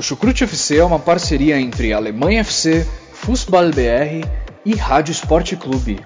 O Chucrute FC é uma parceria entre Alemanha FC, Fußball BR e Rádio Sport Clube.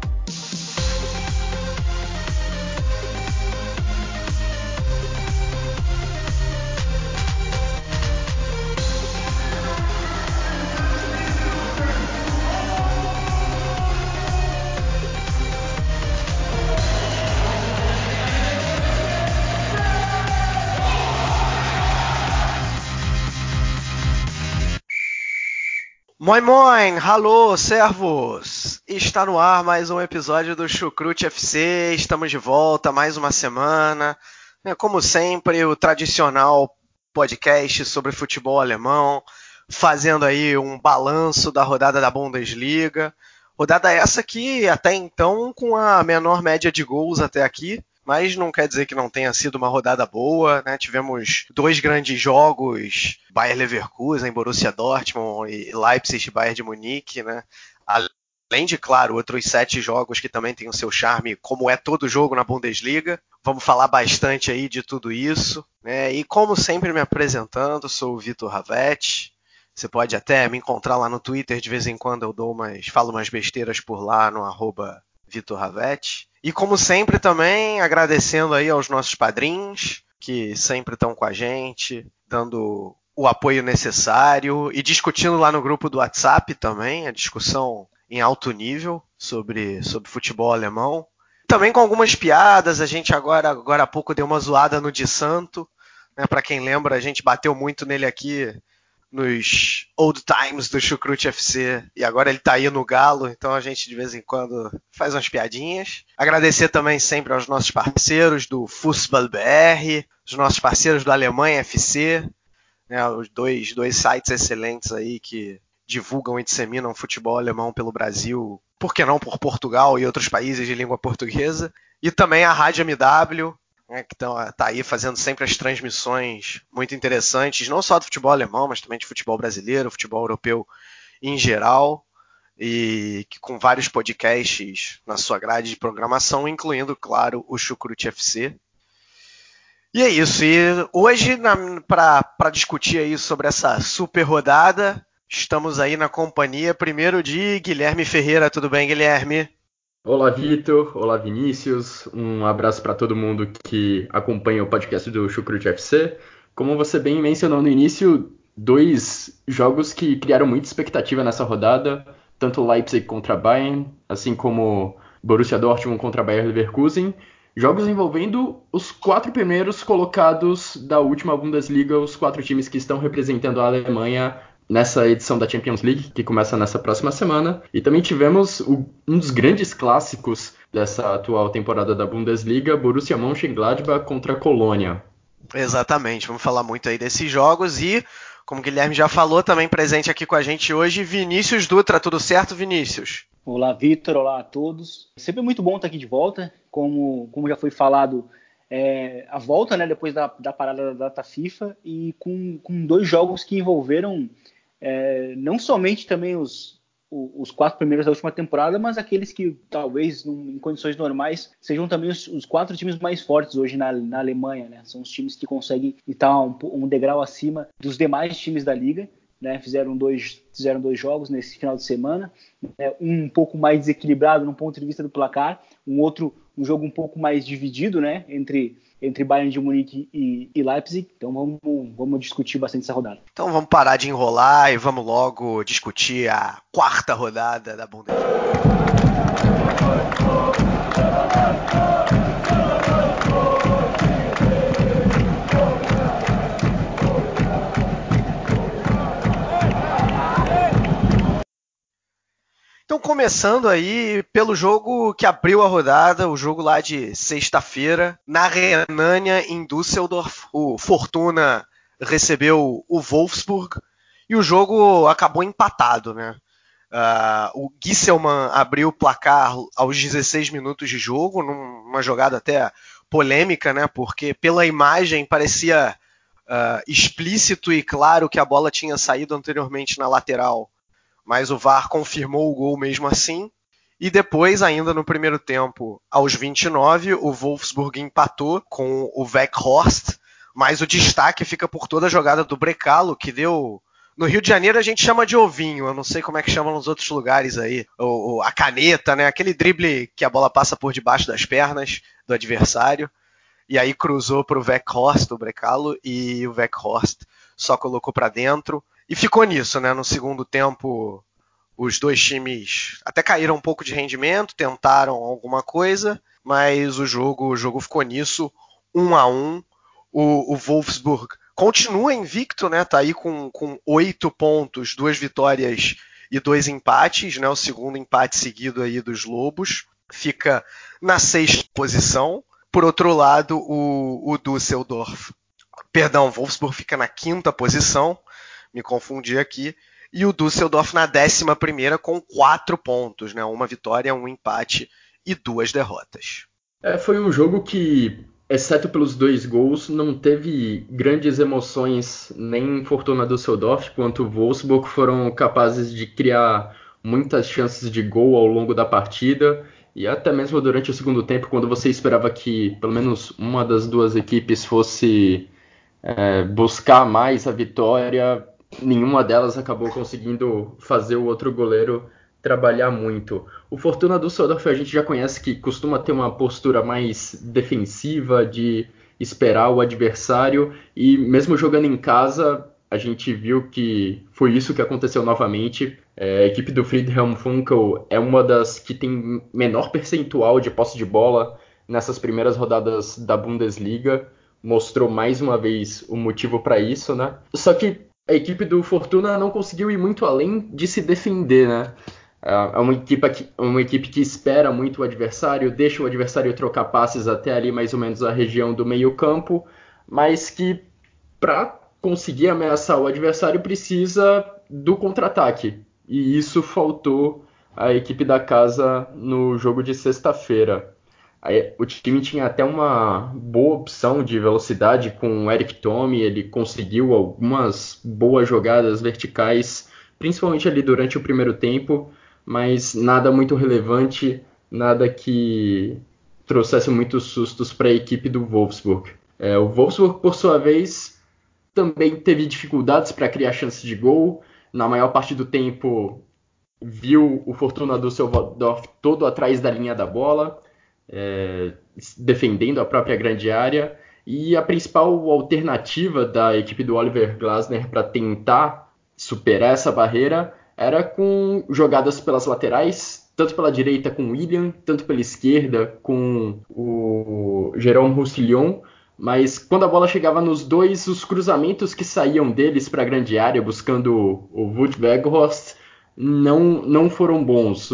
Moin moin, hallo, servos! Está no ar mais um episódio do Chucrute FC, estamos de volta, mais uma semana. Como sempre, o tradicional podcast sobre futebol alemão, fazendo aí um balanço da rodada da Bundesliga. Rodada essa que até então com a menor média de gols até aqui, mas não quer dizer que não tenha sido uma rodada boa, né? Tivemos dois grandes jogos, Bayer Leverkusen, Borussia Dortmund e Leipzig, Bayern de Munique, né? Além de, claro, outros 7 jogos que também têm o seu charme, como é todo jogo na Bundesliga. Vamos falar bastante aí de tudo isso, né? E como sempre me apresentando, sou o Vitor Ravetti. Você pode até me encontrar lá no Twitter, de vez em quando eu falo umas besteiras por lá no @VitorRavetti. E como sempre também, agradecendo aí aos nossos padrinhos, que sempre estão com a gente, dando o apoio necessário e discutindo lá no grupo do WhatsApp também, a discussão em alto nível sobre futebol alemão. Também com algumas piadas, a gente agora há pouco deu uma zoada no Di Santo, né? Para quem lembra, a gente bateu muito nele aqui nos old times do Chucrute FC, e agora ele tá aí no Galo, então a gente de vez em quando faz umas piadinhas. Agradecer também sempre aos nossos parceiros do Fußball BR, os nossos parceiros do Alemanha FC, né, os dois sites excelentes aí que divulgam e disseminam futebol alemão pelo Brasil, por que não por Portugal e outros países de língua portuguesa, e também a Rádio MW, que tá aí fazendo sempre as transmissões muito interessantes, não só do futebol alemão, mas também de futebol brasileiro, futebol europeu em geral, e que com vários podcasts na sua grade de programação, incluindo, claro, o Chucrute FC. E é isso, e hoje, para discutir aí sobre essa super rodada, estamos aí na companhia primeiro de Guilherme Ferreira. Tudo bem, Guilherme? Olá, Vitor. Olá, Vinícius. Um abraço para todo mundo que acompanha o podcast do Chucrute FC. Como você bem mencionou no início, 2 jogos que criaram muita expectativa nessa rodada, tanto Leipzig contra Bayern, assim como Borussia Dortmund contra Bayer Leverkusen. Jogos envolvendo os 4 primeiros colocados da última Bundesliga, os 4 times que estão representando a Alemanha nessa edição da Champions League, que começa nessa próxima semana. E também tivemos um dos grandes clássicos dessa atual temporada da Bundesliga, Borussia Mönchengladbach contra a Colônia. Exatamente, vamos falar muito aí desses jogos e, como o Guilherme já falou, também presente aqui com a gente hoje, Vinícius Dutra. Tudo certo, Vinícius? Olá, Vitor. Olá a todos. Sempre muito bom estar aqui de volta. Como já foi falado, a volta, né, depois da parada da data FIFA e com 2 jogos que envolveram não somente também os 4 primeiros da última temporada, mas aqueles que talvez em condições normais sejam também os 4 times mais fortes hoje na Alemanha, né? São os times que conseguem estar um degrau acima dos demais times da liga, né? Fizeram dois jogos nesse final de semana, né? Um pouco mais desequilibrado no ponto de vista do placar, um jogo um pouco mais dividido, né? Entre Bayern de Munique e Leipzig. Então vamos discutir bastante essa rodada. Então vamos parar de enrolar e vamos logo discutir a 4ª rodada da Bundesliga. Então, começando aí pelo jogo que abriu a rodada, o jogo lá de sexta-feira, na Renânia, em Düsseldorf. O Fortuna recebeu o Wolfsburg e o jogo acabou empatado, né? O Gieselmann abriu o placar aos 16 minutos de jogo, numa jogada até polêmica, né? Porque pela imagem parecia explícito e claro que a bola tinha saído anteriormente na lateral, mas o VAR confirmou o gol mesmo assim. E depois, ainda no primeiro tempo, aos 29, o Wolfsburg empatou com o Weghorst, Mas o destaque fica por toda a jogada do Brecalo, que deu... No Rio de Janeiro a gente chama de ovinho, eu não sei como é que chamam nos outros lugares aí. A caneta, né? Aquele drible que a bola passa por debaixo das pernas do adversário. E aí cruzou para o Weghorst, o Brecalo, e o Weghorst só colocou para dentro. E ficou nisso, né? No segundo tempo, os dois times até caíram um pouco de rendimento, tentaram alguma coisa, mas o jogo ficou nisso, 1-1. O Wolfsburg continua invicto, né? Tá aí com 8 pontos, 2 vitórias e 2 empates, né? O segundo empate seguido aí dos Lobos. Fica na 6ª posição. Por outro lado, o Düsseldorf, perdão, o Wolfsburg fica na 5ª posição, me confundi aqui, e o Düsseldorf na 11ª com 4 pontos, né? 1 vitória, 1 empate e 2 derrotas. Foi um jogo que, exceto pelos 2 gols, não teve grandes emoções, nem Fortuna Düsseldorf quanto o Wolfsburg foram capazes de criar muitas chances de gol ao longo da partida, e até mesmo durante o segundo tempo, quando você esperava que pelo menos uma das duas equipes fosse buscar mais a vitória, nenhuma delas acabou conseguindo fazer o outro goleiro trabalhar muito. O Fortuna Düsseldorf a gente já conhece que costuma ter uma postura mais defensiva, de esperar o adversário, e mesmo jogando em casa, a gente viu que foi isso que aconteceu novamente. A equipe do Friedhelm Funkel é uma das que tem menor percentual de posse de bola nessas primeiras rodadas da Bundesliga. Mostrou mais uma vez o motivo para isso, né? Só que a equipe do Fortuna não conseguiu ir muito além de se defender, né? É uma equipe que espera muito o adversário, deixa o adversário trocar passes até ali mais ou menos a região do meio-campo, mas que para conseguir ameaçar o adversário precisa do contra-ataque. E isso faltou à equipe da casa no jogo de sexta-feira. O time tinha até uma boa opção de velocidade com o Eric Thome, ele conseguiu algumas boas jogadas verticais, principalmente ali durante o primeiro tempo, mas nada muito relevante, nada que trouxesse muitos sustos para a equipe do Wolfsburg. O Wolfsburg, por sua vez, também teve dificuldades para criar chances de gol. Na maior parte do tempo, viu o Fortuna Düsseldorf todo atrás da linha da bola, defendendo a própria grande área. E a principal alternativa da equipe do Oliver Glasner para tentar superar essa barreira era com jogadas pelas laterais, tanto pela direita com o William, tanto pela esquerda com o Jérôme Roussillon. Mas quando a bola chegava nos dois, os cruzamentos que saíam deles para a grande área, buscando o Wout Weghorst, não foram bons.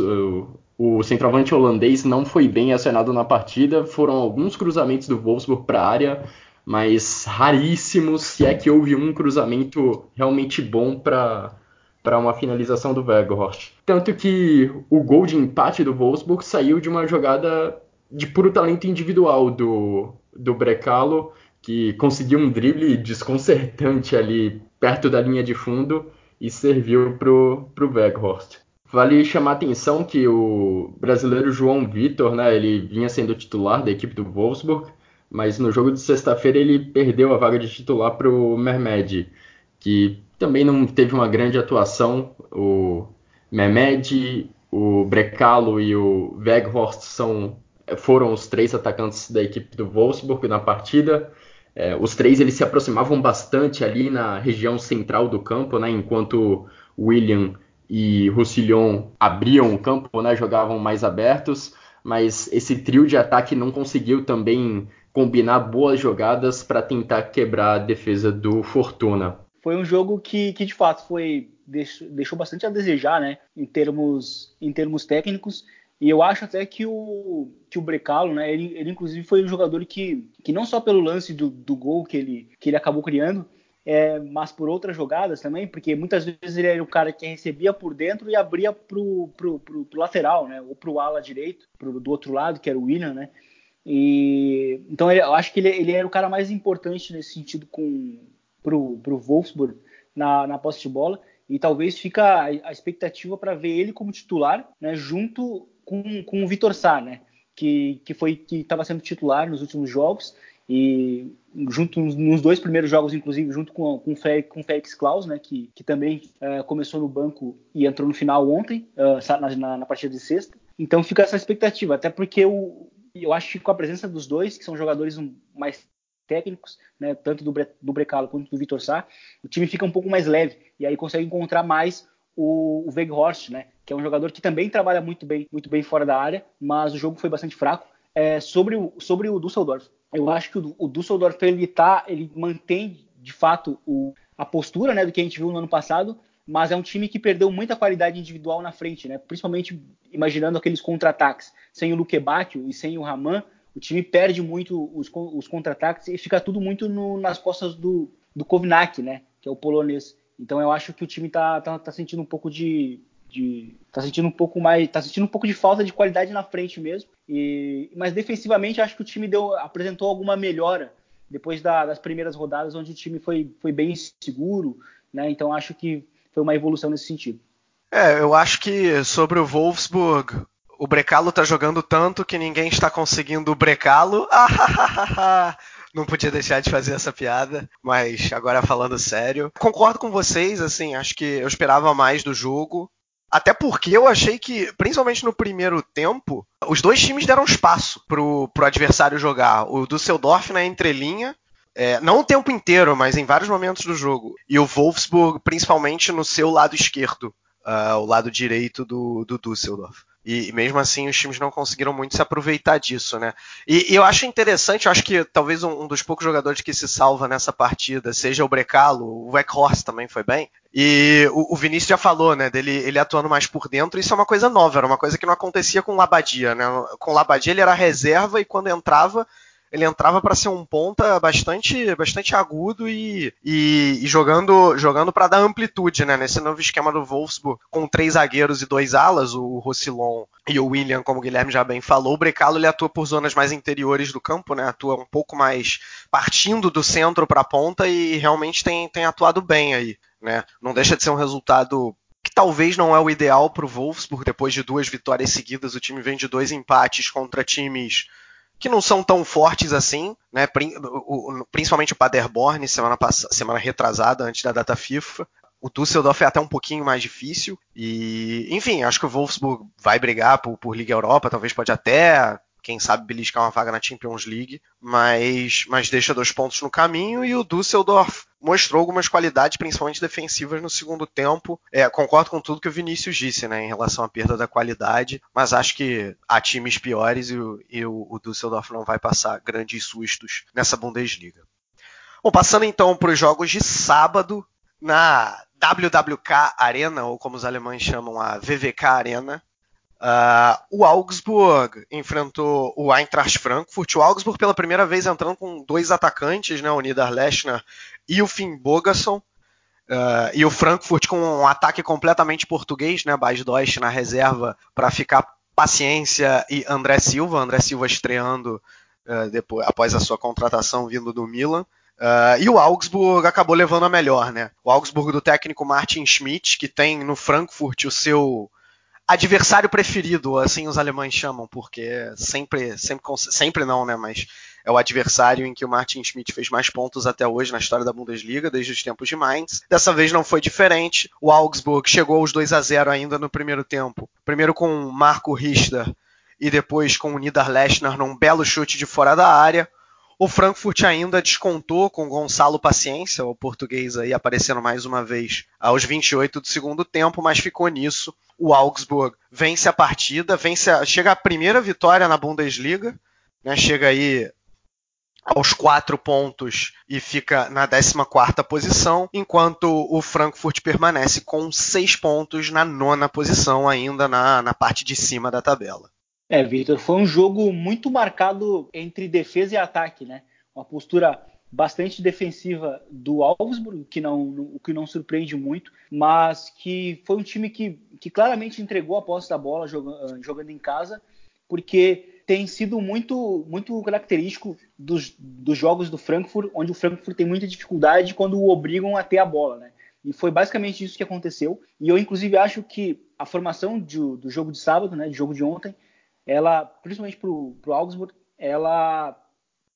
O centroavante holandês não foi bem acionado na partida. Foram alguns cruzamentos do Wolfsburg para a área, mas raríssimos, se é que houve um cruzamento realmente bom para uma finalização do Weghorst. Tanto que o gol de empate do Wolfsburg saiu de uma jogada de puro talento individual do Brecalo, que conseguiu um drible desconcertante ali perto da linha de fundo e serviu pro Weghorst. Vale chamar a atenção que o brasileiro João Vitor, né, ele vinha sendo titular da equipe do Wolfsburg, mas no jogo de sexta-feira ele perdeu a vaga de titular para o Mehmed, que também não teve uma grande atuação. O Mehmed, o Brecalo e o Weghorst foram os 3 atacantes da equipe do Wolfsburg na partida. Os 3 eles se aproximavam bastante ali na região central do campo, né, enquanto William e Roussillon abriam o campo, né, jogavam mais abertos, mas esse trio de ataque não conseguiu também combinar boas jogadas para tentar quebrar a defesa do Fortuna. Foi um jogo que de fato deixou bastante a desejar, né, em termos técnicos. E eu acho até que o Brecalo, né, ele inclusive foi um jogador que não só pelo lance do gol que ele acabou criando, mas por outras jogadas também, porque muitas vezes ele era o cara que recebia por dentro e abria pro lateral, né, ou pro ala direito, do outro lado, que era o William, né. E então eu acho que ele era o cara mais importante nesse sentido pro Wolfsburg na posse de bola, e talvez fica a expectativa para ver ele como titular, né, junto com o Vitor Sá, né, que estava sendo titular nos últimos jogos E junto nos 2 primeiros jogos, inclusive, junto com o Félix Klaus, né, que também começou no banco e entrou no final ontem, na partida de sexta. Então fica essa expectativa, até porque eu acho que com a presença dos dois, que são jogadores mais técnicos, né, tanto do Brecalo quanto do Vitor Sá, o time fica um pouco mais leve, e aí consegue encontrar mais o Weghorst, né, que é um jogador que também trabalha muito bem fora da área, mas o jogo foi bastante fraco. Sobre o Düsseldorf, eu acho que o Düsseldorf ele mantém de fato a postura, né, do que a gente viu no ano passado, mas é um time que perdeu muita qualidade individual na frente, né, principalmente imaginando aqueles contra-ataques. Sem o Luque Bacchio e sem o Raman, o time perde muito os contra-ataques e fica tudo muito nas costas do Kovnák, né, que é o polonês. Então eu acho que o time tá sentindo um pouco tá sentindo um pouco de falta de qualidade na frente mesmo. Mas defensivamente acho que o time apresentou alguma melhora depois das primeiras rodadas, onde o time foi bem seguro, né? Então acho que foi uma evolução nesse sentido. Eu acho que sobre o Wolfsburg, o Brecalo tá jogando tanto que ninguém está conseguindo brecá-lo. Não podia deixar de fazer essa piada, mas agora falando sério. Concordo com vocês, assim, acho que eu esperava mais do jogo. Até porque eu achei que, principalmente no primeiro tempo, os dois times deram espaço pro adversário jogar. O Düsseldorf na entrelinha, não o tempo inteiro, mas em vários momentos do jogo. E o Wolfsburg, principalmente no seu lado esquerdo, o lado direito do Düsseldorf. E mesmo assim os times não conseguiram muito se aproveitar disso, né? E eu acho interessante, eu acho que talvez um dos poucos jogadores que se salva nessa partida seja o Brecalo, o Weghorst também foi bem. E o Vinícius já falou, né, ele atuando mais por dentro, isso é uma coisa nova, era uma coisa que não acontecia com o Labadia, né? Com o Labadia ele era reserva e quando entrava, ele entrava para ser um ponta bastante agudo e jogando para dar amplitude, né? Nesse novo esquema do Wolfsburg, com 3 zagueiros e 2 alas, o Roussillon e o William, como o Guilherme já bem falou. O Brecalo ele atua por zonas mais interiores do campo, né? Atua um pouco mais partindo do centro para a ponta e realmente tem atuado bem aí, né? Não deixa de ser um resultado que talvez não é o ideal para o Wolfsburg. Depois de 2 vitórias seguidas, o time vem de 2 empates contra times que não são tão fortes assim, né? Principalmente o Paderborn, semana retrasada, antes da data FIFA. O Düsseldorf é até um pouquinho mais difícil. E, enfim, acho que o Wolfsburg vai brigar por Liga Europa, talvez pode até, quem sabe, beliscar uma vaga na Champions League, mas deixa 2 pontos no caminho. E o Düsseldorf mostrou algumas qualidades, principalmente defensivas, no segundo tempo. Concordo com tudo que o Vinícius disse, né, em relação à perda da qualidade, mas acho que há times piores e o Düsseldorf não vai passar grandes sustos nessa Bundesliga. Bom, passando então para os jogos de sábado, na WWK Arena, ou como os alemães chamam, a VWK Arena, o Augsburg enfrentou o Eintracht Frankfurt. O Augsburg pela primeira vez entrando com 2 atacantes, né, o Niederlechner e o Finn Bogason. E o Frankfurt com um ataque completamente português, né, Bas Dost na reserva para ficar Paciência e André Silva estreando após a sua contratação vindo do Milan. E o Augsburg acabou levando a melhor, né? O Augsburg do técnico Martin Schmidt, que tem no Frankfurt o seu adversário preferido, assim os alemães chamam, porque sempre não, né? Mas é o adversário em que o Martin Schmidt fez mais pontos até hoje na história da Bundesliga, desde os tempos de Mainz. Dessa vez não foi diferente. O Augsburg chegou aos 2-0 ainda no primeiro tempo. Primeiro com Marco Richter e depois com o Niederlechner num belo chute de fora da área. O Frankfurt ainda descontou com Gonçalo Paciência, o português aí aparecendo mais uma vez aos 28 do segundo tempo, mas ficou nisso. O Augsburg vence a partida, chega a primeira vitória na Bundesliga, né, chega aí aos 4 pontos e fica na 14ª posição, enquanto o Frankfurt permanece com 6 pontos na 9ª posição, ainda na parte de cima da tabela. Victor, foi um jogo muito marcado entre defesa e ataque, né? Uma postura bastante defensiva do Augsburg, o que não surpreende muito, mas que foi um time que claramente entregou a posse da bola jogando em casa, porque tem sido muito, muito característico dos jogos do Frankfurt, onde o Frankfurt tem muita dificuldade quando o obrigam a ter a bola, né? E foi basicamente isso que aconteceu. E eu, inclusive, acho que a formação do jogo de sábado, né, do jogo de ontem, ela, principalmente para o Augsburg, ela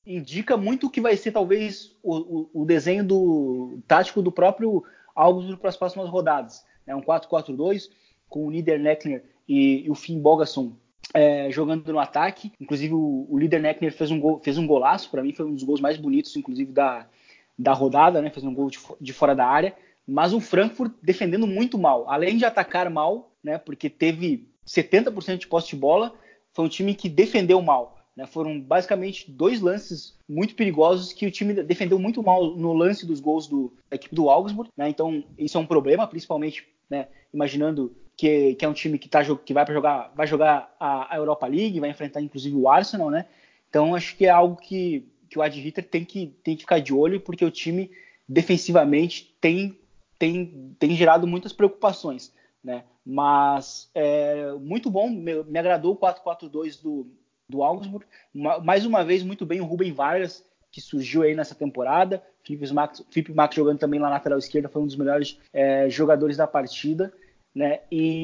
indica muito o que vai ser talvez o desenho tático do próprio Augsburg para as próximas rodadas. É um 4-4-2 com o Niederlechner e o Finn Bogason jogando no ataque. Inclusive o Niederlechner fez um golaço, para mim foi um dos gols mais bonitos, inclusive da rodada, né? Fez um gol de fora da área. Mas o Frankfurt defendendo muito mal, além de atacar mal, né? Porque teve 70% de posse de bola, foi um time que defendeu mal. Né? Foram basicamente 2 lances muito perigosos que o time defendeu muito mal no lance dos gols da equipe do Augsburg. Né? Então, isso é um problema, principalmente, né, imaginando que é um time que vai jogar a Europa League, vai enfrentar inclusive o Arsenal. Né? Então, acho que é algo que o Adi Hütter tem que ficar de olho, porque o time defensivamente tem gerado muitas preocupações. Né? Mas muito bom, me agradou o 4-4-2 do Augsburg. Mais uma vez, muito bem o Ruben Vargas, que surgiu aí nessa temporada. Felipe Max jogando também lá na lateral esquerda, foi um dos melhores jogadores da partida. Né?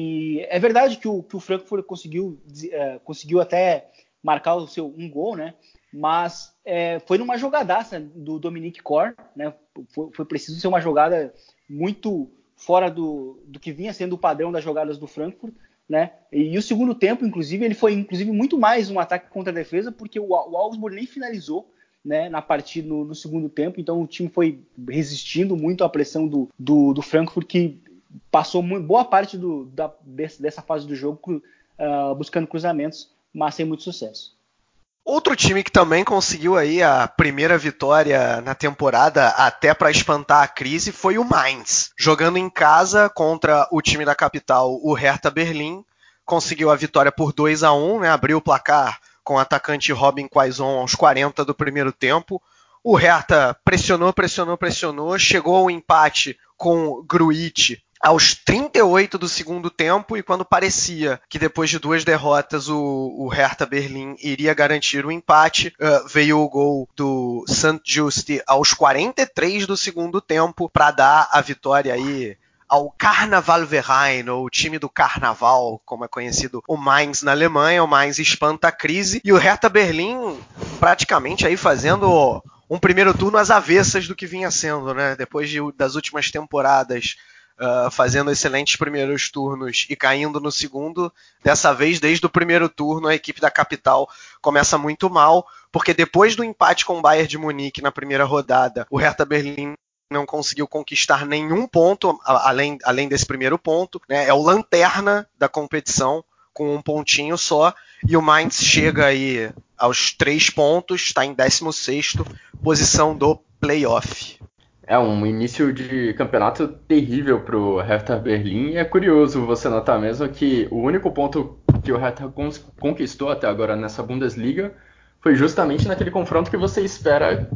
E é verdade que o Frankfurt conseguiu até marcar o seu um gol, né? Mas foi numa jogadaça do Dominique Kor. Né? Foi preciso ser uma jogada muito fora do que vinha sendo o padrão das jogadas do Frankfurt, né? E o segundo tempo, inclusive, ele foi muito mais um ataque contra a defesa, porque o Augsburg nem finalizou, né, na partida no segundo tempo, então o time foi resistindo muito à pressão do Frankfurt, que passou boa parte dessa fase do jogo buscando cruzamentos, mas sem muito sucesso. Outro time que também conseguiu aí a primeira vitória na temporada, até para espantar a crise, foi o Mainz. Jogando em casa contra o time da capital, o Hertha Berlim, conseguiu a vitória por 2-1, né? Abriu o placar com o atacante Robin Quaison aos 40 do primeiro tempo. O Hertha pressionou, chegou ao empate com Gruitch aos 38 do segundo tempo, e quando parecia que depois de 2 derrotas o Hertha Berlim iria garantir o empate, veio o gol do St. Just aos 43 do segundo tempo para dar a vitória aí ao Carnavalverein, ou o time do Carnaval, como é conhecido o Mainz na Alemanha. O Mainz espanta a crise e o Hertha Berlim praticamente aí fazendo um primeiro turno às avessas do que vinha sendo, né? Depois das últimas temporadas fazendo excelentes primeiros turnos e caindo no segundo, dessa vez, desde o primeiro turno, a equipe da capital começa muito mal, porque depois do empate com o Bayern de Munique na primeira rodada, o Hertha Berlim não conseguiu conquistar nenhum ponto, além desse primeiro ponto, né? É o lanterna da competição, com um pontinho só, e o Mainz chega aí aos 3 pontos, está em 16º, posição do playoff. É um início de campeonato terrível para o Hertha Berlim, e é curioso você notar mesmo que o único ponto que o Hertha conquistou até agora nessa Bundesliga foi justamente naquele confronto que você espera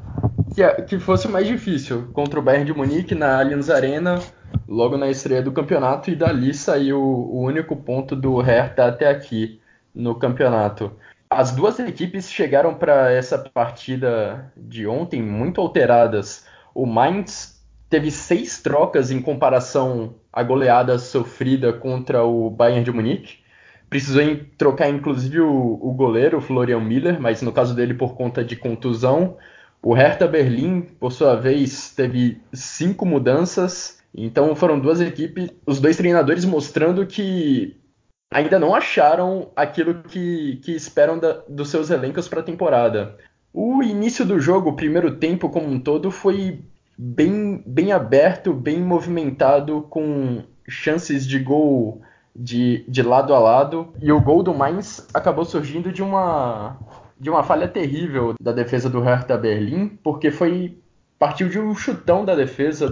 que fosse o mais difícil, contra o Bayern de Munique na Allianz Arena, logo na estreia do campeonato, e dali saiu o único ponto do Hertha até aqui no campeonato. As duas equipes chegaram para essa partida de ontem muito alteradas. O Mainz teve 6 trocas em comparação à goleada sofrida contra o Bayern de Munique. Precisou trocar inclusive o goleiro, o Florian Miller, mas no caso dele por conta de contusão. O Hertha Berlim, por sua vez, teve 5 mudanças. Então foram duas equipes, os 2 treinadores mostrando que ainda não acharam aquilo que esperam dos seus elencos para a temporada. O início do jogo, o primeiro tempo como um todo, foi bem aberto, bem movimentado, com chances de gol de lado a lado. E o gol do Mainz acabou surgindo de uma falha terrível da defesa do Hertha Berlim, porque partiu de um chutão da defesa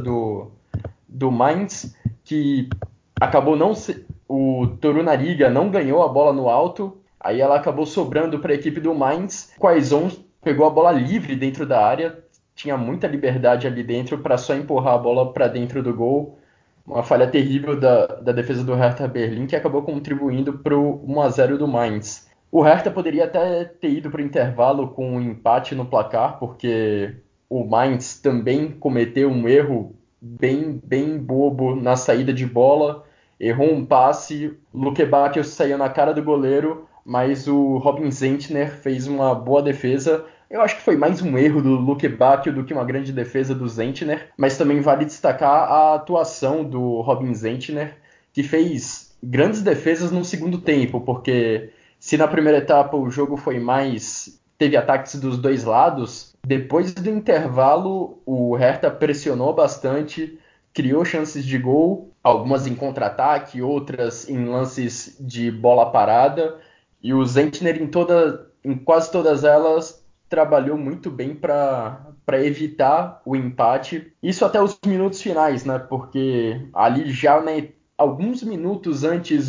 do Mainz, que acabou o Torunariga não ganhou a bola no alto, aí ela acabou sobrando para a equipe do Mainz. Quaison pegou a bola livre dentro da área, tinha muita liberdade ali dentro para só empurrar a bola para dentro do gol. Uma falha terrível da defesa do Hertha Berlim, que acabou contribuindo para o 1-0 do Mainz. O Hertha poderia até ter ido para o intervalo com um empate no placar, porque o Mainz também cometeu um erro bem bobo na saída de bola. Errou um passe, Luke Bacchio saiu na cara do goleiro, mas o Robin Zentner fez uma boa defesa Eu acho que foi mais um erro do Luke Bacchio do que uma grande defesa do Zentner, mas também vale destacar a atuação do Robin Zentner, que fez grandes defesas no segundo tempo, porque se na primeira etapa o jogo foi mais... teve ataques dos dois lados, depois do intervalo o Hertha pressionou bastante, criou chances de gol, algumas em contra-ataque, outras em lances de bola parada, e o Zentner em quase todas elas trabalhou muito bem para evitar o empate. Isso até os minutos finais, né? Porque ali já, né, alguns minutos antes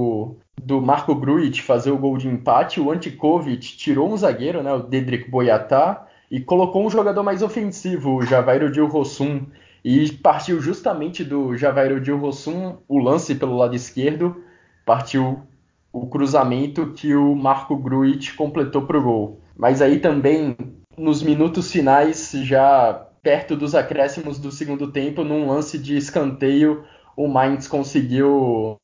do Marco Grujic fazer o gol de empate, o Ante Kovic tirou um zagueiro, né, o Dedrick Boyata, e colocou um jogador mais ofensivo, o Javairo Dilrosun, e partiu justamente do Javairo Dilrosun o lance pelo lado esquerdo, partiu o cruzamento que o Marco Grujic completou para o gol. Mas aí também, nos minutos finais, já perto dos acréscimos do segundo tempo, num lance de escanteio, o Mainz conseguiu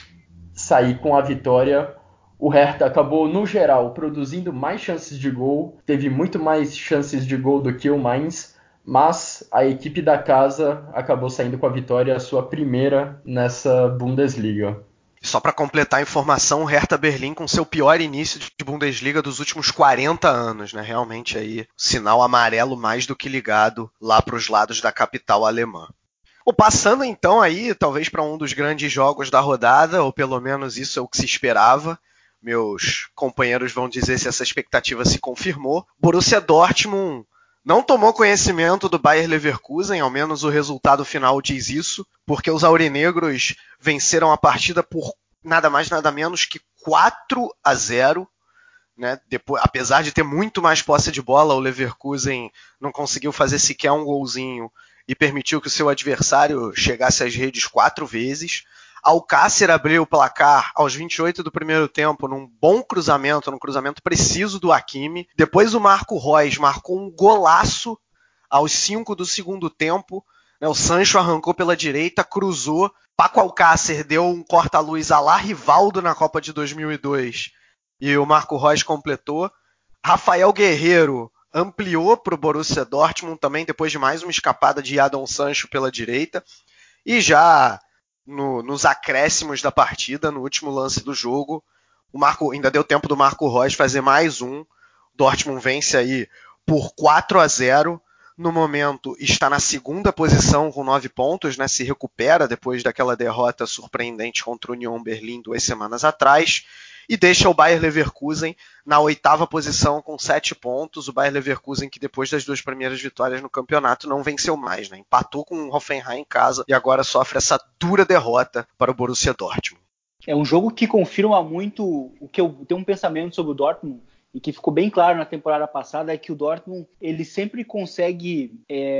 sair com a vitória. O Hertha acabou, no geral, produzindo mais chances de gol, teve muito mais chances de gol do que o Mainz, mas a equipe da casa acabou saindo com a vitória, a sua primeira nessa Bundesliga. Só para completar a informação, o Hertha Berlim com seu pior início de Bundesliga dos últimos 40 anos, né? Realmente aí, sinal amarelo mais do que ligado lá para os lados da capital alemã. Passando então aí, talvez para um dos grandes jogos da rodada, ou pelo menos isso é o que se esperava. Meus companheiros vão dizer se essa expectativa se confirmou. Borussia Dortmund não tomou conhecimento do Bayer Leverkusen, ao menos o resultado final diz isso, porque os aurinegros venceram a partida por nada mais nada menos que 4-0. Né? Apesar de ter muito mais posse de bola, o Leverkusen não conseguiu fazer sequer um golzinho e permitiu que o seu adversário chegasse às redes 4 vezes. Alcácer abriu o placar aos 28 do primeiro tempo num bom cruzamento, num cruzamento preciso do Hakimi. Depois o Marco Reus marcou um golaço aos 5 do segundo tempo. O Sancho arrancou pela direita, cruzou. Paco Alcácer deu um corta-luz à la Rivaldo na Copa de 2002 e o Marco Reus completou. Rafael Guerreiro ampliou para o Borussia Dortmund também, depois de mais uma escapada de Jadon Sancho pela direita. E já nos acréscimos da partida, no último lance do jogo, ainda deu tempo do Marco Reus fazer mais um. Dortmund vence aí por 4-0. No momento está na segunda posição com 9 pontos, né? Se recupera depois daquela derrota surpreendente contra o Union Berlin 2 semanas atrás. E deixa o Bayer Leverkusen na 8ª posição com 7 pontos. O Bayer Leverkusen que depois das 2 primeiras vitórias no campeonato não venceu mais, né? Empatou com o Hoffenheim em casa e agora sofre essa dura derrota para o Borussia Dortmund. É um jogo que confirma muito o que eu tenho um pensamento sobre o Dortmund e que ficou bem claro na temporada passada, é que o Dortmund ele sempre consegue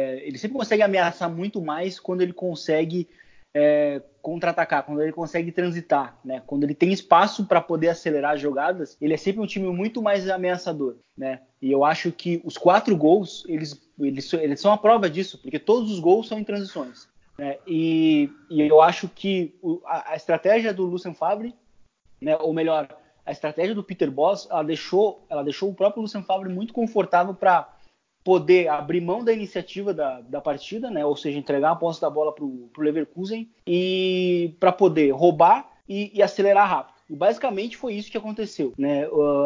ameaçar muito mais quando ele consegue contra-atacar, quando ele consegue transitar, né? Quando ele tem espaço para poder acelerar as jogadas, ele é sempre um time muito mais ameaçador, né? E eu acho que os 4 gols eles são a prova disso, porque todos os gols são em transições, né? E eu acho que a estratégia do Lucien Favre, né? Ou melhor, a estratégia do Peter Bosz, ela deixou o próprio Lucien Favre muito confortável para poder abrir mão da iniciativa da partida, né? Ou seja, entregar a posse da bola para o Leverkusen e para poder roubar e acelerar rápido. E basicamente foi isso que aconteceu, né?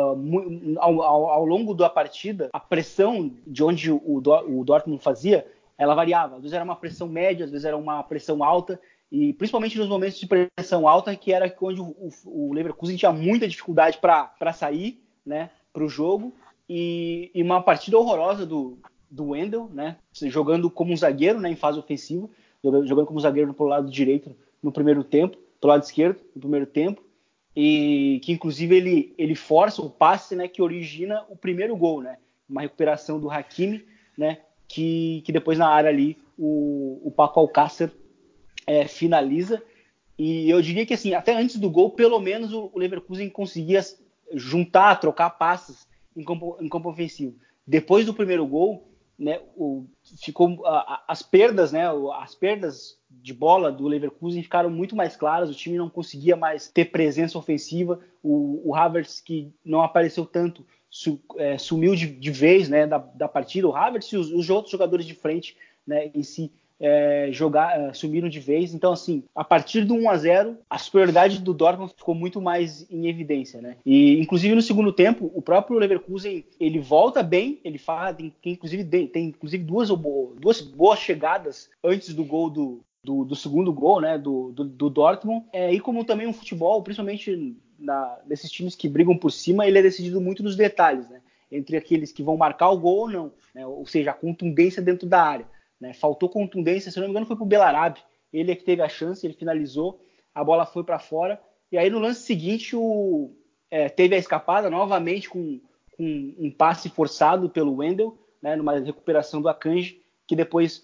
Ao longo da partida, a pressão de onde o Dortmund fazia, ela variava. Às vezes era uma pressão média, às vezes era uma pressão alta, e principalmente nos momentos de pressão alta, que era onde o Leverkusen tinha muita dificuldade para sair, né, para o jogo. E uma partida horrorosa do Wendel, né? Jogando como um zagueiro, né, em fase ofensiva, jogando como zagueiro pro lado direito no primeiro tempo, pro lado esquerdo no primeiro tempo, e que inclusive ele força o passe, né, que origina o primeiro gol, né? Uma recuperação do Hakimi, né? Que depois na área ali o Paco Alcácer finaliza. E eu diria que assim, até antes do gol, pelo menos o Leverkusen conseguia juntar, trocar passes em campo ofensivo. Depois do primeiro gol, né, ficou as perdas, né, as perdas de bola do Leverkusen ficaram muito mais claras. O time não conseguia mais ter presença ofensiva. O Havertz, que não apareceu tanto, sumiu de vez, né, da partida. O Havertz e os outros jogadores de frente, né, em si, sumiram de vez. Então, assim, a partir do 1-0, a superioridade do Dortmund ficou muito mais em evidência, né? E, inclusive, no segundo tempo, o próprio Leverkusen, ele volta bem, ele tem inclusive duas boas chegadas antes do gol do segundo gol, né, do Dortmund, e como também um futebol, principalmente desses times que brigam por cima, ele é decidido muito nos detalhes, né, entre aqueles que vão marcar o gol ou não, né, ou seja, a contundência dentro da área, né, faltou contundência, se não me engano foi pro Belarabe, ele é que teve a chance, ele finalizou, a bola foi para fora, e aí no lance seguinte teve a escapada novamente com um passe forçado pelo Wendel, né, numa recuperação do Akanji, que depois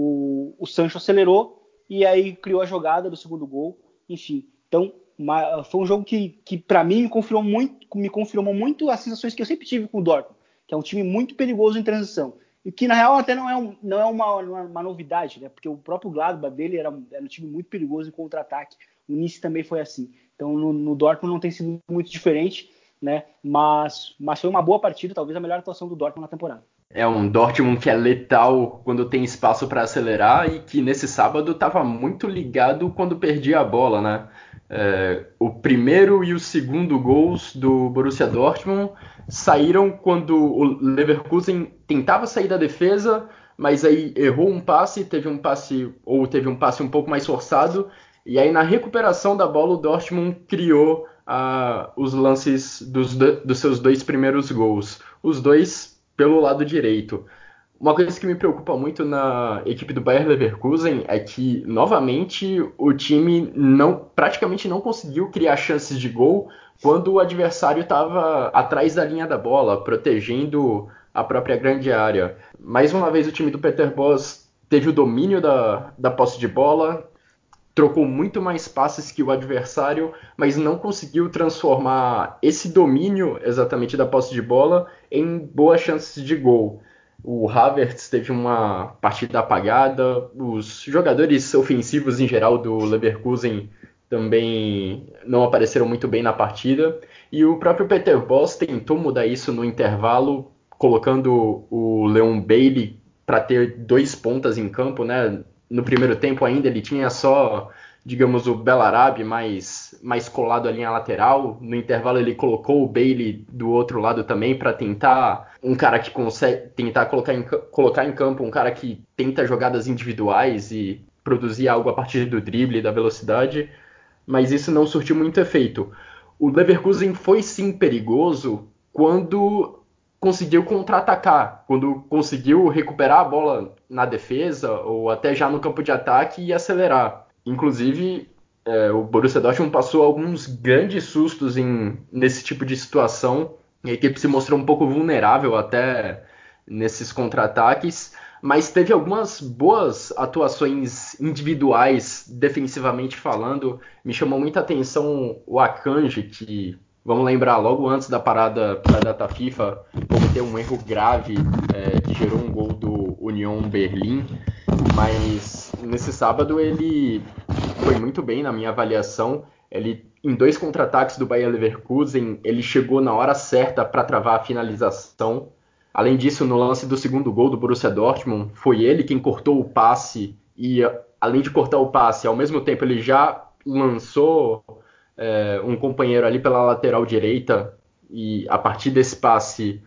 o Sancho acelerou e aí criou a jogada do segundo gol, enfim. Então, foi um jogo que para mim me confirmou muito as sensações que eu sempre tive com o Dortmund, que é um time muito perigoso em transição. E que, na real, até não é uma novidade, né? Porque o próprio Gladbach dele era um time muito perigoso em contra-ataque. O Nice também foi assim. Então, no Dortmund não tem sido muito diferente, né? Mas foi uma boa partida, talvez a melhor atuação do Dortmund na temporada. É um Dortmund que é letal quando tem espaço para acelerar e que nesse sábado estava muito ligado quando perdia a bola, né? O primeiro e o segundo gols do Borussia Dortmund saíram quando o Leverkusen tentava sair da defesa, mas aí errou um passe, teve um passe um pouco mais forçado, e aí na recuperação da bola o Dortmund criou os lances dos seus dois primeiros gols. Os dois pelo lado direito. Uma coisa que me preocupa muito na equipe do Bayer Leverkusen é que, novamente, o time praticamente não conseguiu criar chances de gol quando o adversário estava atrás da linha da bola, protegendo a própria grande área. Mais uma vez, o time do Peter Bosz teve o domínio da posse de bola, trocou muito mais passes que o adversário, mas não conseguiu transformar esse domínio exatamente da posse de bola em boas chances de gol. O Havertz teve uma partida apagada, os jogadores ofensivos em geral do Leverkusen também não apareceram muito bem na partida, e o próprio Peter Bosz tentou mudar isso no intervalo, colocando o Leon Bailey para ter 2 pontas em campo, né? No primeiro tempo ainda ele tinha só, digamos, o Belarabe mais colado à linha lateral. No intervalo ele colocou o Bailey do outro lado também para tentar um cara que consegue tentar colocar em campo um cara que tenta jogadas individuais e produzir algo a partir do drible e da velocidade, mas isso não surtiu muito efeito. O Leverkusen foi sim perigoso quando conseguiu contra-atacar, quando conseguiu recuperar a bola na defesa ou até já no campo de ataque e acelerar. Inclusive, o Borussia Dortmund passou alguns grandes sustos nesse tipo de situação. A equipe se mostrou um pouco vulnerável até nesses contra-ataques, mas teve algumas boas atuações individuais, defensivamente falando. Me chamou muita atenção o Akanji, que, vamos lembrar, logo antes da parada para a data FIFA, cometeu um erro grave que gerou um gol do Union Berlim, mas nesse sábado ele foi muito bem na minha avaliação. Ele, em 2 contra-ataques do Bayer Leverkusen, ele chegou na hora certa para travar a finalização. Além disso, no lance do segundo gol do Borussia Dortmund, foi ele quem cortou o passe e, além de cortar o passe, ao mesmo tempo ele já lançou um companheiro ali pela lateral direita e, a partir desse passe,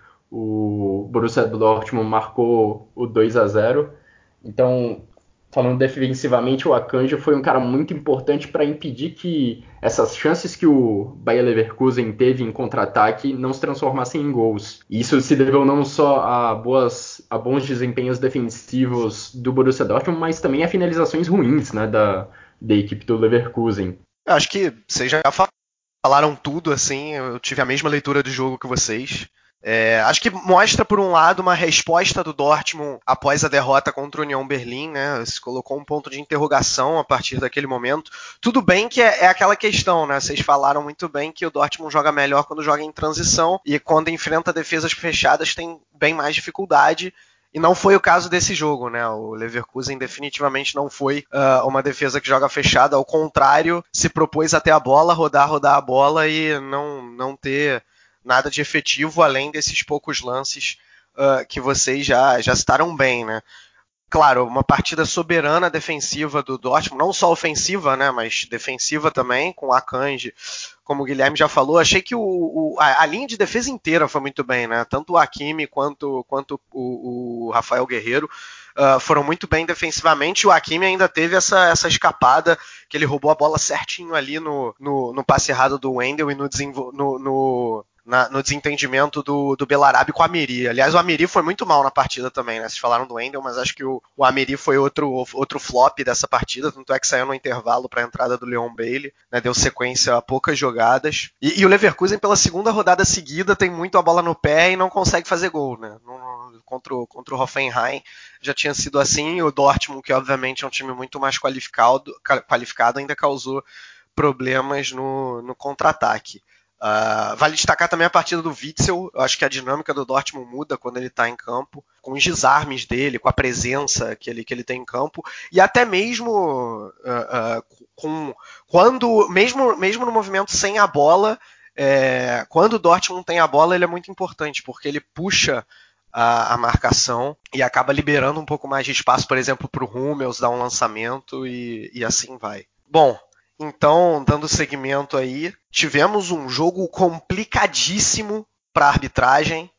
o Borussia Dortmund marcou o 2-0. Então, falando defensivamente, o Akanji foi um cara muito importante para impedir que essas chances que o Bayer Leverkusen teve em contra-ataque não se transformassem em gols. E isso se deveu não só a bons desempenhos defensivos do Borussia Dortmund, mas também a finalizações ruins, né, da equipe do Leverkusen. Eu acho que vocês já falaram tudo, assim, eu tive a mesma leitura do jogo que vocês. Acho que mostra, por um lado, uma resposta do Dortmund após a derrota contra o Union Berlim, né? Se colocou um ponto de interrogação a partir daquele momento. Tudo bem que é aquela questão, né? Vocês falaram muito bem que o Dortmund joga melhor quando joga em transição e quando enfrenta defesas fechadas tem bem mais dificuldade. E não foi o caso desse jogo, né? O Leverkusen definitivamente não foi uma defesa que joga fechada, ao contrário, se propôs até a bola, rodar a bola e não ter nada de efetivo além desses poucos lances que vocês já citaram bem, né? Claro, uma partida soberana defensiva do Dortmund, não só ofensiva, né, mas defensiva também, com o Akanji, como o Guilherme já falou. Achei que a linha de defesa inteira foi muito bem, né? Tanto o Hakimi quanto o Rafael Guerreiro foram muito bem defensivamente. O Hakimi ainda teve essa escapada, que ele roubou a bola certinho ali no passe errado do Wendel e no desentendimento do Belarabe com o Amiri. Aliás, o Amiri foi muito mal na partida também, né? Vocês falaram do Wendel, mas acho que o Amiri foi outro flop dessa partida, tanto é que saiu no intervalo para a entrada do Leon Bailey, né? Deu sequência a poucas jogadas. E o Leverkusen, pela segunda rodada seguida, tem muito a bola no pé e não consegue fazer gol, né? Contra o Hoffenheim já tinha sido assim. O Dortmund, que obviamente é um time muito mais qualificado ainda causou problemas no contra-ataque. Vale destacar também a partida do Witsel. Eu acho que a dinâmica do Dortmund muda quando ele está em campo, com os desarmes dele, com a presença que ele tem em campo, e até mesmo mesmo no movimento sem a bola, quando o Dortmund tem a bola, ele é muito importante, porque ele puxa a marcação e acaba liberando um pouco mais de espaço, por exemplo, para o Hummels dar um lançamento e assim vai. Bom, então, dando seguimento aí, tivemos um jogo complicadíssimo para a arbitragem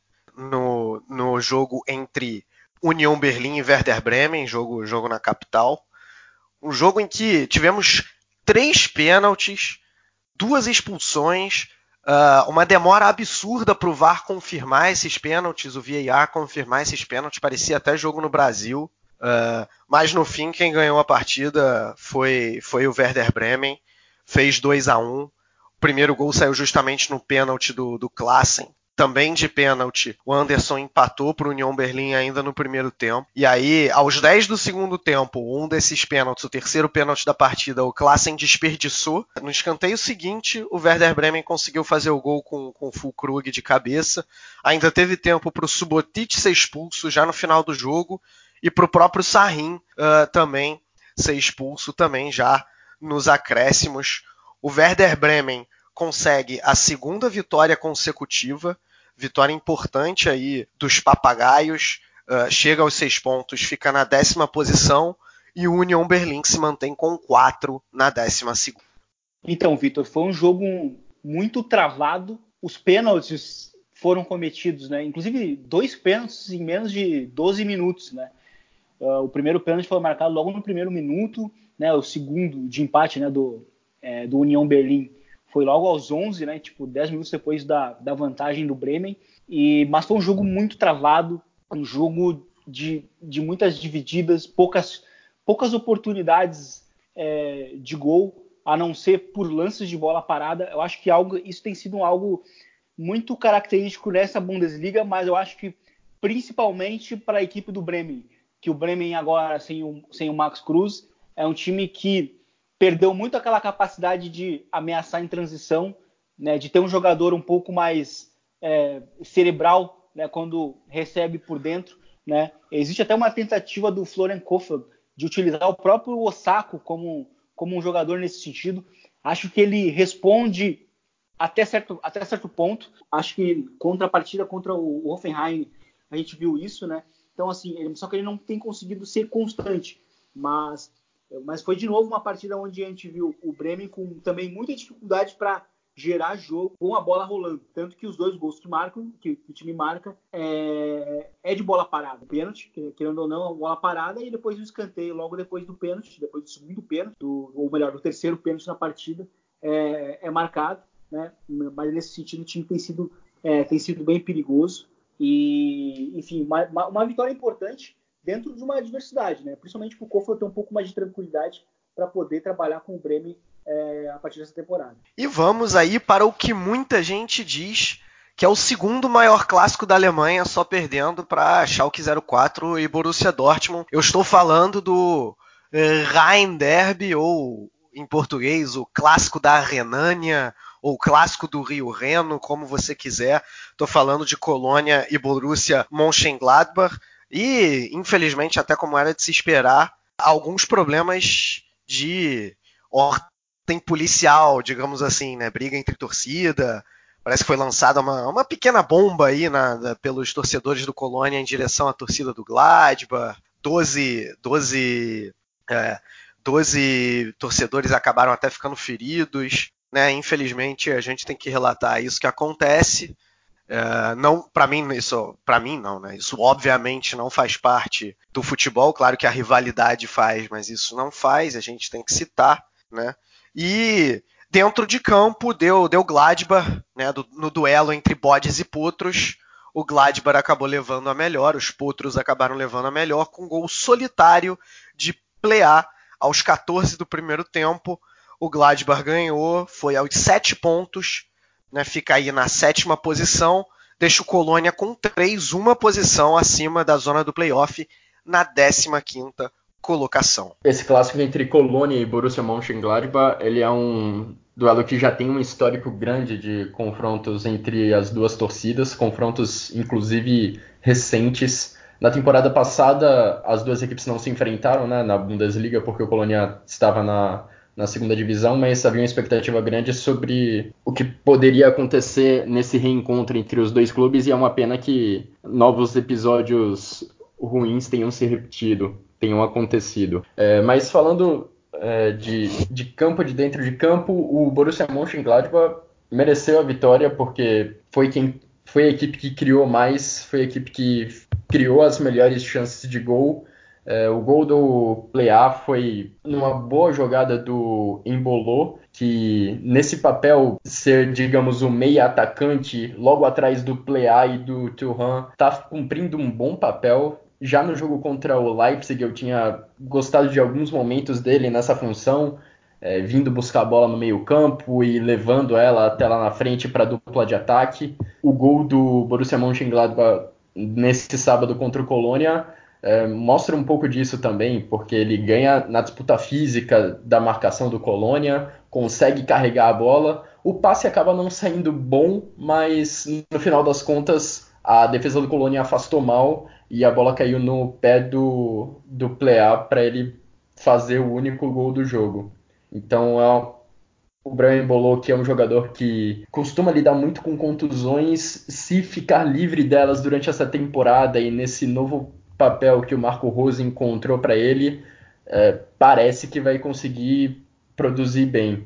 no jogo entre União Berlim e Werder Bremen, jogo na capital. Um jogo em que tivemos 3 pênaltis, 2 expulsões, uma demora absurda para o VAR confirmar esses pênaltis, o VAR confirmar esses pênaltis, parecia até jogo no Brasil. Mas no fim quem ganhou a partida foi o Werder Bremen, fez 2-1. O primeiro gol saiu justamente no pênalti do Klaassen. Também de pênalti, o Anderson empatou para o União Berlim ainda no primeiro tempo. E aí, aos 10 do segundo tempo, um desses pênaltis, o terceiro pênalti da partida, o Klaassen desperdiçou. No escanteio seguinte, o Werder Bremen conseguiu fazer o gol com o Füllkrug de cabeça. Ainda teve tempo para o Subotic ser expulso já no final do jogo e para o próprio Sahin também ser expulso também já nos acréscimos. O Werder Bremen consegue a segunda vitória consecutiva, vitória importante aí dos papagaios, chega aos 6 pontos, fica na 10ª posição, e o Union Berlin se mantém com 4 na 12ª. Então, Vitor, foi um jogo muito travado, os pênaltis foram cometidos, né? Inclusive 2 pênaltis em menos de 12 minutos, né? O primeiro pênalti foi marcado logo no primeiro minuto, né? O segundo de empate, né, do União Berlim foi logo aos 11, né? Tipo, 10 minutos depois da vantagem do Bremen. Mas foi um jogo muito travado, um jogo de muitas divididas, poucas oportunidades de gol, a não ser por lances de bola parada. Eu acho que isso tem sido algo muito característico nessa Bundesliga, mas eu acho que principalmente para a equipe do Bremen, que o Bremen agora, sem o Max Kruse, é um time que perdeu muito aquela capacidade de ameaçar em transição, né, de ter um jogador um pouco mais cerebral, né, quando recebe por dentro, né. Existe até uma tentativa do Florian Kohfeldt de utilizar o próprio Osako como um jogador nesse sentido. Acho que ele responde até certo ponto. Acho que contra a partida contra o Hoffenheim a gente viu isso, né. Então, assim, só que ele não tem conseguido ser constante, mas foi de novo uma partida onde a gente viu o Bremen com também muita dificuldade para gerar jogo com a bola rolando. Tanto que os 2 gols que o time marca é de bola parada. Pênalti, querendo ou não, a bola parada, e depois o escanteio, logo depois do pênalti, depois do segundo pênalti, ou melhor, do terceiro pênalti na partida, é marcado, né? Mas nesse sentido o time tem sido bem perigoso. E, enfim, uma vitória importante dentro de uma adversidade, né? Principalmente para o Kohfeldt ter um pouco mais de tranquilidade para poder trabalhar com o Bremen a partir dessa temporada. E vamos aí para o que muita gente diz que é o segundo maior clássico da Alemanha, só perdendo para Schalke 04 e Borussia Dortmund. Eu estou falando do Rhein Derby, ou em português, o clássico da Renânia, ou clássico do Rio Reno, como você quiser. Estou falando de Colônia e Borussia Mönchengladbach. E, infelizmente, até como era de se esperar, alguns problemas de ordem policial, digamos assim, né? Briga entre torcida, Parece que foi lançada uma pequena bomba aí pelos torcedores do Colônia em direção à torcida do Gladbach. 12 torcedores acabaram até ficando feridos, né? Infelizmente a gente tem que relatar isso que acontece. Não, para mim não, né? Isso obviamente não faz parte do futebol. Claro que a rivalidade faz, mas isso não faz. A gente tem que citar, né? E dentro de campo deu Gladbach, né? No duelo entre bodes e potros, o Gladbach acabou levando a melhor, os potros acabaram levando a melhor com um gol solitário de Plea aos 14 do primeiro tempo. O Gladbach ganhou, foi aos 7 pontos, né? Fica aí na 7ª posição, deixa o Colônia com 3, uma posição acima da zona do playoff, na 15ª colocação. Esse clássico entre Colônia e Borussia Mönchengladbach, ele é um duelo que já tem um histórico grande de confrontos entre as duas torcidas, confrontos inclusive recentes. Na temporada passada, as duas equipes não se enfrentaram, né, na Bundesliga, porque o Colônia estava na segunda divisão, mas havia uma expectativa grande sobre o que poderia acontecer nesse reencontro entre os dois clubes, e é uma pena que novos episódios ruins tenham se repetido, tenham acontecido. Mas falando de campo, de dentro de campo, o Borussia Mönchengladbach mereceu a vitória porque foi a equipe que criou mais, foi a equipe que criou as melhores chances de gol. O gol do Plea foi numa boa jogada do Embolo, que nesse papel ser, digamos, o meia atacante logo atrás do Plea e do Thuram, tá cumprindo um bom papel. Já no jogo contra o Leipzig eu tinha gostado de alguns momentos dele nessa função, vindo buscar a bola no meio campo e levando ela até lá na frente para a dupla de ataque. O gol do Borussia Mönchengladbach nesse sábado contra o Colônia mostra um pouco disso também, porque ele ganha na disputa física da marcação do Colônia, consegue carregar a bola. O passe acaba não saindo bom, mas no final das contas a defesa do Colônia afastou mal e a bola caiu no pé do Plea para ele fazer o único gol do jogo. Então o Brahim Embolo, que é um jogador que costuma lidar muito com contusões, se ficar livre delas durante essa temporada e nesse novo papel que o Marco Rose encontrou para ele, parece que vai conseguir produzir bem.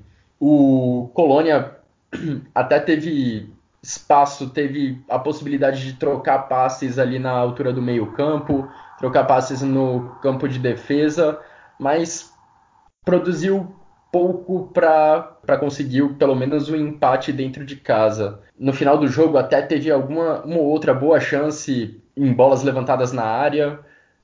O Colônia até teve espaço, teve a possibilidade de trocar passes ali na altura do meio-campo, trocar passes no campo de defesa, mas produziu pouco para conseguir pelo menos um empate dentro de casa. No final do jogo até teve uma outra boa chance em bolas levantadas na área,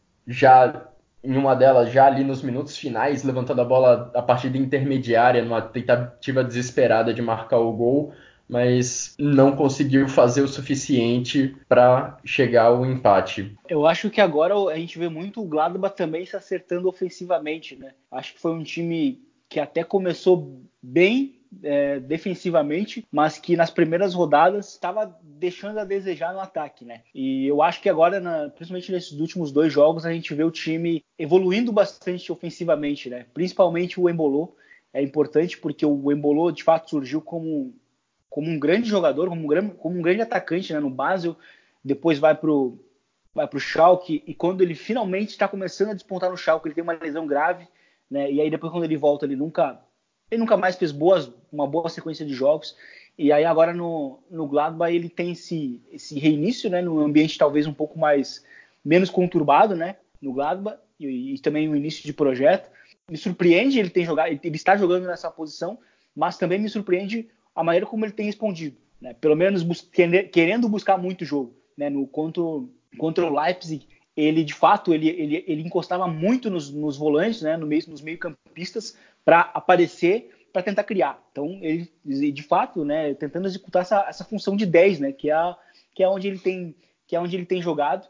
já em uma delas, já ali nos minutos finais, levantando a bola a partida intermediária, numa tentativa desesperada de marcar o gol, mas não conseguiu fazer o suficiente para chegar ao empate. Eu acho que agora a gente vê muito o Gladbach também se acertando ofensivamente, né? Acho que foi um time que até começou bem defensivamente, mas que nas primeiras rodadas estava deixando a desejar no ataque, né? E eu acho que agora, principalmente nesses últimos 2 jogos, a gente vê o time evoluindo bastante ofensivamente, né? Principalmente o Embolo. É importante porque o Embolo de fato surgiu como um grande jogador, como um grande atacante, né? No Basel, depois vai pro Schalke, e quando ele finalmente está começando a despontar no Schalke, ele tem uma lesão grave, né? E aí depois quando ele volta, ele nunca mais fez uma boa sequência de jogos. E aí agora no Gladbach ele tem esse reinício, né? No ambiente talvez um pouco menos conturbado, né? No Gladbach e também o início de projeto. Me surpreende ele está jogando nessa posição, mas também me surpreende a maneira como ele tem respondido, né? Pelo menos querendo buscar muito jogo, né? Contra o Leipzig, ele de fato ele encostava muito nos volantes, né? Nos meio-campistas para aparecer, para tentar criar. Então ele de fato, né? Tentando executar essa função de 10, né? Que é onde ele tem jogado.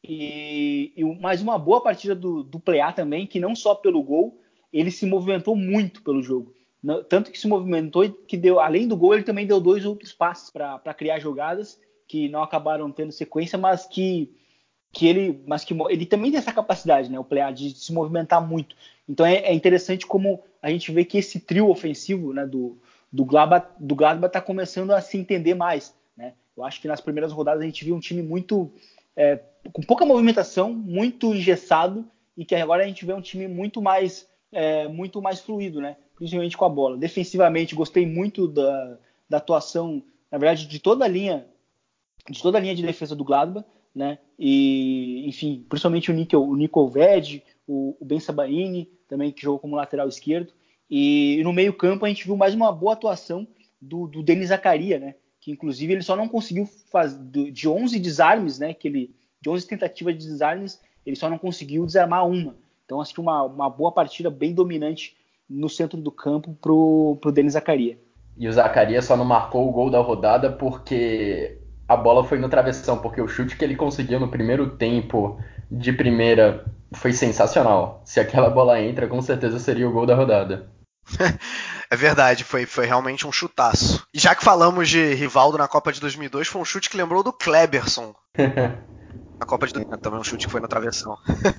E mais uma boa partida do Plea também, que não só pelo gol, ele se movimentou muito pelo jogo. Tanto que se movimentou que deu, além do gol, ele também deu 2 outros passes para criar jogadas que não acabaram tendo sequência, mas que ele também tem essa capacidade, né, o Plea, de se movimentar muito. Então é interessante como a gente vê que esse trio ofensivo, né, do Gladbach está começando a se entender mais, né? Eu acho que nas primeiras rodadas a gente viu um time muito com pouca movimentação, muito engessado, e que agora a gente vê um time muito mais fluido, né? Principalmente com a bola. Defensivamente, gostei muito da atuação, na verdade, de toda a linha de defesa do Gladbach, né? E, enfim, principalmente o Nico Ved, o Ben Sabaini, também, que jogou como lateral esquerdo. E no meio-campo a gente viu mais uma boa atuação do Denis Zakaria, né? Que inclusive ele só não conseguiu fazer de 11 desarmes, né? De 11 tentativas de desarmes, ele só não conseguiu desarmar uma. Então acho que uma boa partida bem dominante no centro do campo pro Denis Zakaria. E o Zakaria só não marcou o gol da rodada porque a bola foi no travessão, porque o chute que ele conseguiu no primeiro tempo de primeira foi sensacional. Se aquela bola entra, com certeza seria o gol da rodada. É verdade, foi realmente um chutaço. E já que falamos de Rivaldo na Copa de 2002, foi um chute que lembrou do Kleberson. Na Copa de 2002, também um chute que foi no travessão.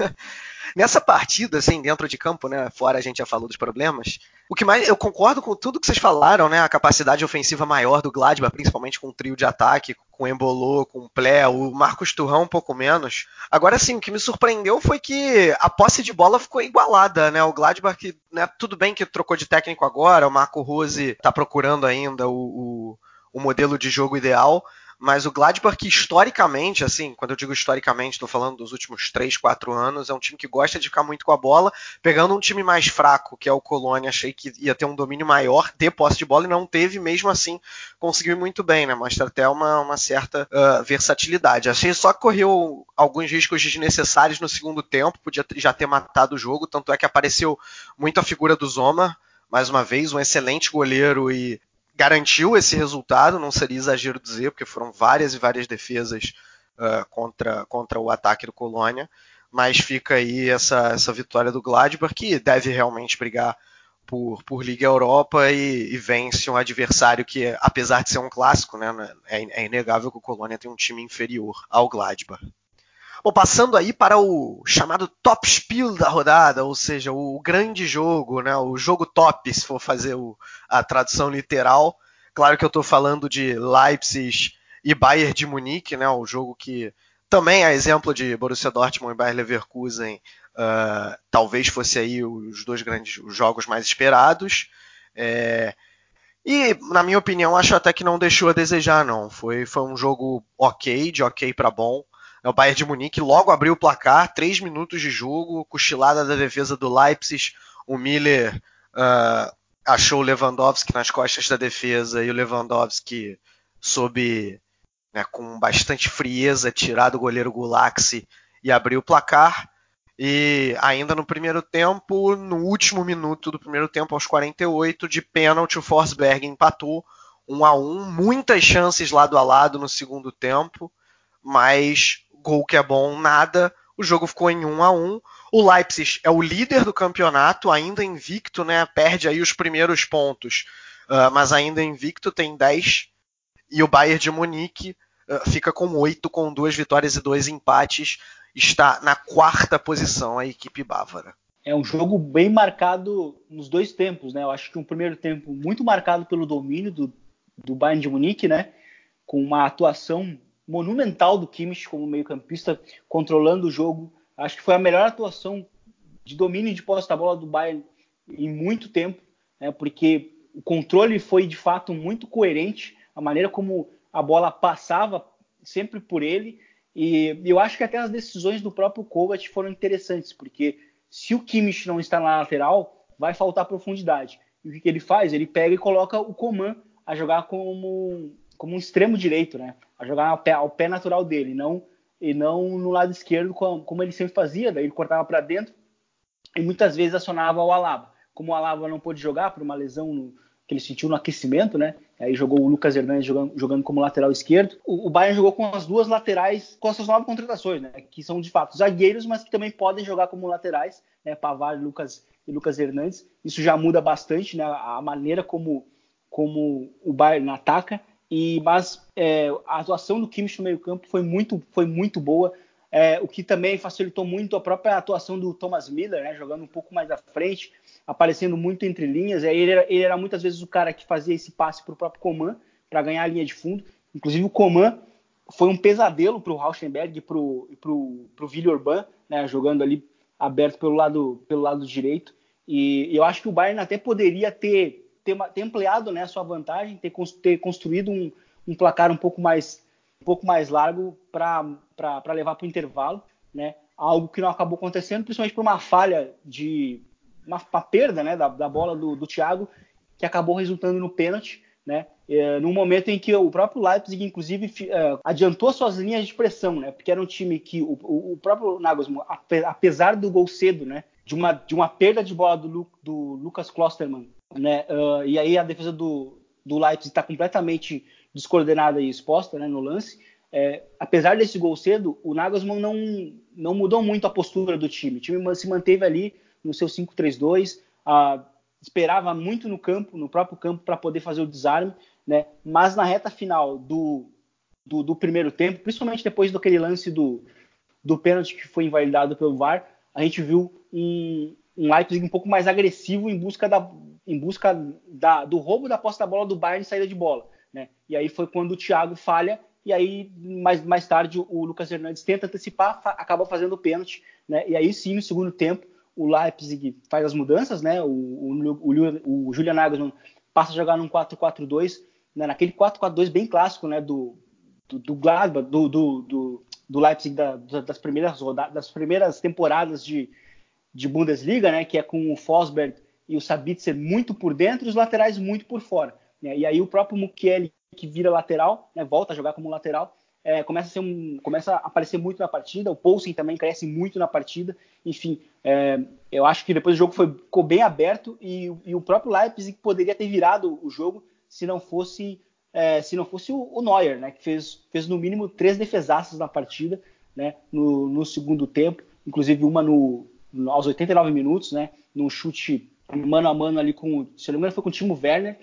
Nessa partida, assim, dentro de campo, né, fora a gente já falou dos problemas, o que mais, eu concordo com tudo que vocês falaram, né, a capacidade ofensiva maior do Gladbach, principalmente com o trio de ataque, com o Embolo, com o Plé, o Marcos Thuram um pouco menos. Agora, sim, o que me surpreendeu foi que a posse de bola ficou igualada, né, o Gladbach, né, tudo bem que trocou de técnico agora, o Marco Rose tá procurando ainda o modelo de jogo ideal, mas o Gladbach, que historicamente, assim, quando eu digo historicamente, estou falando dos últimos 3, 4 anos, é um time que gosta de ficar muito com a bola, pegando um time mais fraco, que é o Colônia, achei que ia ter um domínio maior de posse de bola e não teve, mesmo assim, conseguiu ir muito bem, né? Mostra até uma certa versatilidade. Achei só que correu alguns riscos desnecessários no segundo tempo, podia já ter matado o jogo, tanto é que apareceu muito a figura do Zoma, mais uma vez, um excelente goleiro e garantiu esse resultado, não seria exagero dizer, porque foram várias e várias defesas contra o ataque do Colônia, mas fica aí essa vitória do Gladbach, que deve realmente brigar por Liga Europa e vence um adversário que, apesar de ser um clássico, né, é inegável que o Colônia tem um time inferior ao Gladbach. Bom, passando aí para o chamado top spiel da rodada, ou seja, o grande jogo, né, o jogo top, se for fazer a tradução literal. Claro que eu estou falando de Leipzig e Bayern de Munique, né, o jogo que também é exemplo de Borussia Dortmund e Bayer Leverkusen, talvez fosse aí os dois grandes jogos mais esperados. E, na minha opinião, acho até que não deixou a desejar, não. Foi um jogo ok, de ok para bom. O Bayern de Munique logo abriu o placar, 3 minutos de jogo, cochilada da defesa do Leipzig. O Miller achou o Lewandowski nas costas da defesa e o Lewandowski soube, né, com bastante frieza, tirar do goleiro Gulaxi e abrir o placar. E ainda no primeiro tempo, no último minuto do primeiro tempo, aos 48, de pênalti, o Forsberg empatou 1-1. Muitas chances lado a lado no segundo tempo, mas gol que é bom, nada. O jogo ficou em 1-1. O Leipzig é o líder do campeonato, ainda invicto, né? Perde aí os primeiros pontos, mas ainda invicto, tem 10. E o Bayern de Munique fica com 8, com 2 vitórias e 2 empates. Está na 4ª posição a equipe bávara. É um jogo bem marcado nos dois tempos, né? Eu acho que um primeiro tempo muito marcado pelo domínio do Bayern de Munique, né? Com uma atuação monumental do Kimmich como meio-campista, controlando o jogo. Acho que foi a melhor atuação de domínio de posse da bola do Bayern em muito tempo, né? Porque o controle foi de fato muito coerente, a maneira como a bola passava sempre por ele. E eu acho que até as decisões do próprio Kovac foram interessantes, porque se o Kimmich não está na lateral, vai faltar profundidade. E o que ele faz? Ele pega e coloca o Coman a jogar como um extremo direito, né? A jogar ao pé natural dele, e não no lado esquerdo, como ele sempre fazia. Daí ele cortava para dentro e muitas vezes acionava o Alaba. Como o Alaba não pôde jogar por uma lesão que ele sentiu no aquecimento, né? Aí jogou o Lucas Hernandes jogando como lateral esquerdo. O Bayern jogou com as duas laterais, com as suas 9 contratações, né? Que são de fato zagueiros, mas que também podem jogar como laterais, né? Pavard e Lucas Hernandes. Isso já muda bastante, né? A maneira como o Bayern ataca. Mas a atuação do Kimmich no meio-campo foi muito boa. o que também facilitou muito a própria atuação do Thomas Miller, né, jogando um pouco mais à frente, aparecendo muito entre linhas. Ele era muitas vezes o cara que fazia esse passe para o próprio Coman, para ganhar a linha de fundo. Inclusive o Coman foi um pesadelo para o Rauschenberg e para o Villeurbanne, né, jogando ali aberto pelo lado direito. E eu acho que o Bayern até poderia ter ampliado, né, a sua vantagem, ter construído um placar um pouco mais largo para levar para o intervalo, né? Algo que não acabou acontecendo, principalmente por uma falha uma perda, né, da bola do Thiago, que acabou resultando no pênalti, né? No momento em que o próprio Leipzig, inclusive, adiantou suas linhas de pressão, né? Porque era um time que o próprio Nagelsmann, apesar do gol cedo, né, de uma perda de bola do Lukas Klostermann, né? E aí a defesa do Leipzig está completamente descoordenada e exposta, né, no lance. Apesar desse gol cedo, o Nagelsmann não mudou muito a postura do time. O time se manteve ali no seu 5-3-2, esperava muito no próprio campo, para poder fazer o desarme, né? Mas na reta final do primeiro tempo, principalmente depois daquele lance do pênalti que foi invalidado pelo VAR, a gente viu um Leipzig um pouco mais agressivo em busca do roubo da posse da bola do Bayern e saída de bola, né? E aí foi quando o Thiago falha, e aí mais tarde o Lucas Hernandes tenta antecipar, acaba fazendo o pênalti, né? E aí sim, no segundo tempo, o Leipzig faz as mudanças, né? O Julian Nagelsmann passa a jogar num 4-4-2, né? Naquele 4-4-2 bem clássico, né? Do Gladbach, do Leipzig das primeiras temporadas de Bundesliga, né? Que é com o Forsberg e o Sabitzer muito por dentro e os laterais muito por fora, né? E aí o próprio Mukiele, que vira lateral, né? Volta a jogar como lateral, começa a aparecer muito na partida. O Poulsen também cresce muito na partida. Enfim, eu acho que depois o jogo ficou bem aberto e o próprio Leipzig poderia ter virado o jogo se não fosse o Neuer, né, que fez no mínimo 3 defesaças na partida, né, no segundo tempo, inclusive uma aos 89 minutos, né, num chute mano a mano ali se não me engano foi com o Timo Werner.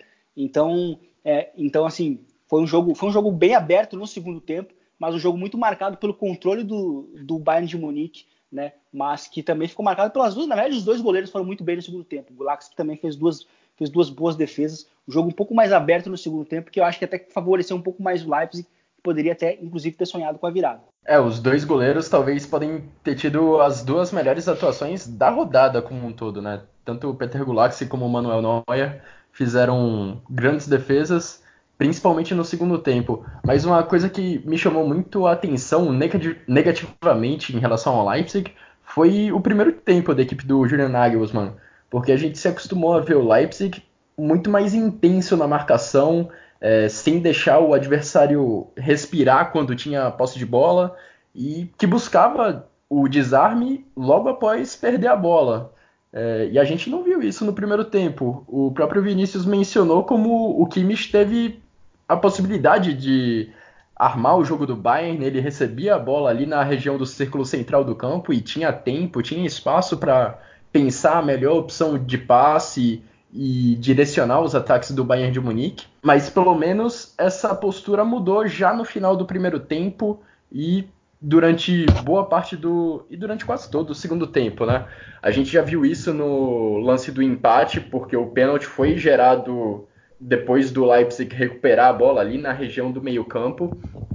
Então assim, foi um jogo bem aberto no segundo tempo, mas um jogo muito marcado pelo controle do Bayern de Munique, né? Mas que também ficou marcado pelas duas. Na verdade, os dois goleiros foram muito bem no segundo tempo. O Gulaxi também fez duas boas defesas. Um jogo um pouco mais aberto no segundo tempo, que eu acho que até favoreceu um pouco mais o Leipzig, que poderia até, inclusive, ter sonhado com a virada. Os dois goleiros talvez podem ter tido as duas melhores atuações da rodada como um todo, né? Tanto o Peter Gulaxi como o Manuel Neuer fizeram grandes defesas, principalmente no segundo tempo. Mas uma coisa que me chamou muito a atenção negativamente em relação ao Leipzig foi o primeiro tempo da equipe do Julian Nagelsmann, porque a gente se acostumou a ver o Leipzig muito mais intenso na marcação, sem deixar o adversário respirar quando tinha posse de bola, e que buscava o desarme logo após perder a bola. E a gente não viu isso no primeiro tempo. O próprio Vinícius mencionou como o Kimmich teve a possibilidade de armar o jogo do Bayern. Ele recebia a bola ali na região do círculo central do campo e tinha tempo, tinha espaço para pensar a melhor opção de passe e direcionar os ataques do Bayern de Munique. Mas pelo menos essa postura mudou já no final do primeiro tempo e durante boa parte e durante quase todo o segundo tempo, né? A gente já viu isso no lance do empate, porque o pênalti foi gerado depois do Leipzig recuperar a bola ali na região do meio-campo.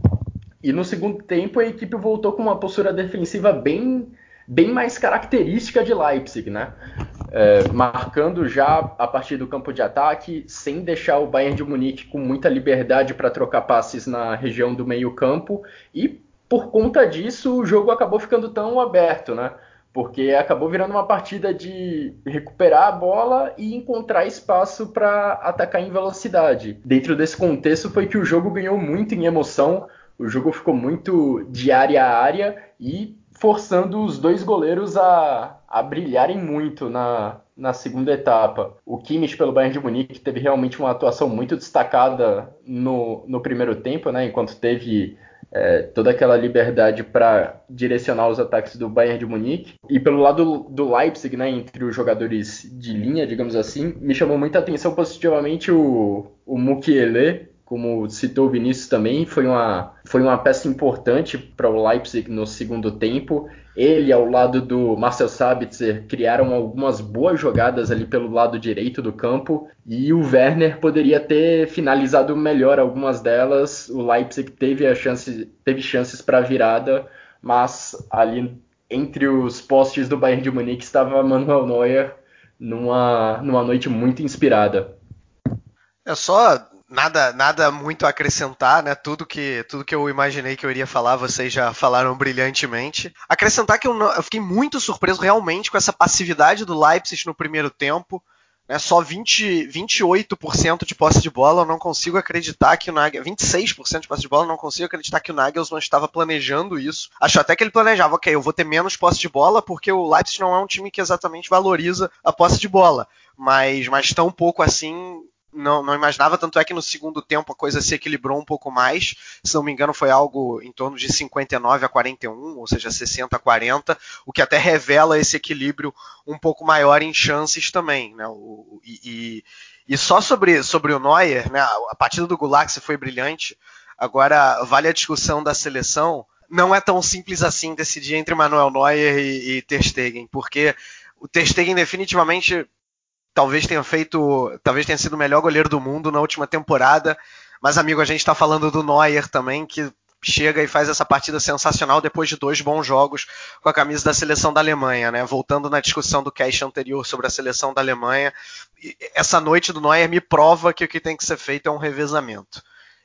E no segundo tempo a equipe voltou com uma postura defensiva bem mais característica de Leipzig, né? Marcando já a partir do campo de ataque, sem deixar o Bayern de Munique com muita liberdade para trocar passes na região do meio-campo, e por conta disso o jogo acabou ficando tão aberto, né? Porque acabou virando uma partida de recuperar a bola e encontrar espaço para atacar em velocidade. Dentro desse contexto foi que o jogo ganhou muito em emoção, o jogo ficou muito de área a área e forçando os dois goleiros a brilharem muito na segunda etapa. O Kimmich pelo Bayern de Munique teve realmente uma atuação muito destacada no primeiro tempo, né, enquanto teve toda aquela liberdade para direcionar os ataques do Bayern de Munique. E pelo lado do Leipzig, né, entre os jogadores de linha, digamos assim, me chamou muita atenção positivamente o Mukiele, como citou o Vinícius também, foi uma peça importante para o Leipzig no segundo tempo. Ele, ao lado do Marcel Sabitzer, criaram algumas boas jogadas ali pelo lado direito do campo, e o Werner poderia ter finalizado melhor algumas delas. O Leipzig teve chances para virada, mas ali entre os postes do Bayern de Munique estava Manuel Neuer numa noite muito inspirada. É só nada muito a acrescentar, né? Tudo que eu imaginei que eu iria falar, vocês já falaram brilhantemente. Acrescentar que eu fiquei muito surpreso realmente com essa passividade do Leipzig no primeiro tempo. Né? Só 28% de posse de bola, eu não consigo acreditar que o Nagelsmann... 26% de posse de bola, eu não consigo acreditar que o Nagelsmann estava planejando isso. Acho até que ele planejava, ok, eu vou ter menos posse de bola, porque o Leipzig não é um time que exatamente valoriza a posse de bola. Mas tão pouco assim... Não imaginava, tanto é que no segundo tempo a coisa se equilibrou um pouco mais, se não me engano foi algo em torno de 59-41, ou seja, 60-40, o que até revela esse equilíbrio um pouco maior em chances também, né? E só sobre o Neuer, né? A partida do Gulaxi foi brilhante, agora vale a discussão da seleção, não é tão simples assim decidir entre Manuel Neuer e Ter Stegen, porque o Ter Stegen definitivamente talvez tenha sido o melhor goleiro do mundo na última temporada, mas amigo, a gente está falando do Neuer também, que chega e faz essa partida sensacional depois de 2 bons jogos com a camisa da seleção da Alemanha, né? Voltando na discussão do cast anterior sobre a seleção da Alemanha, essa noite do Neuer me prova que o que tem que ser feito é um revezamento.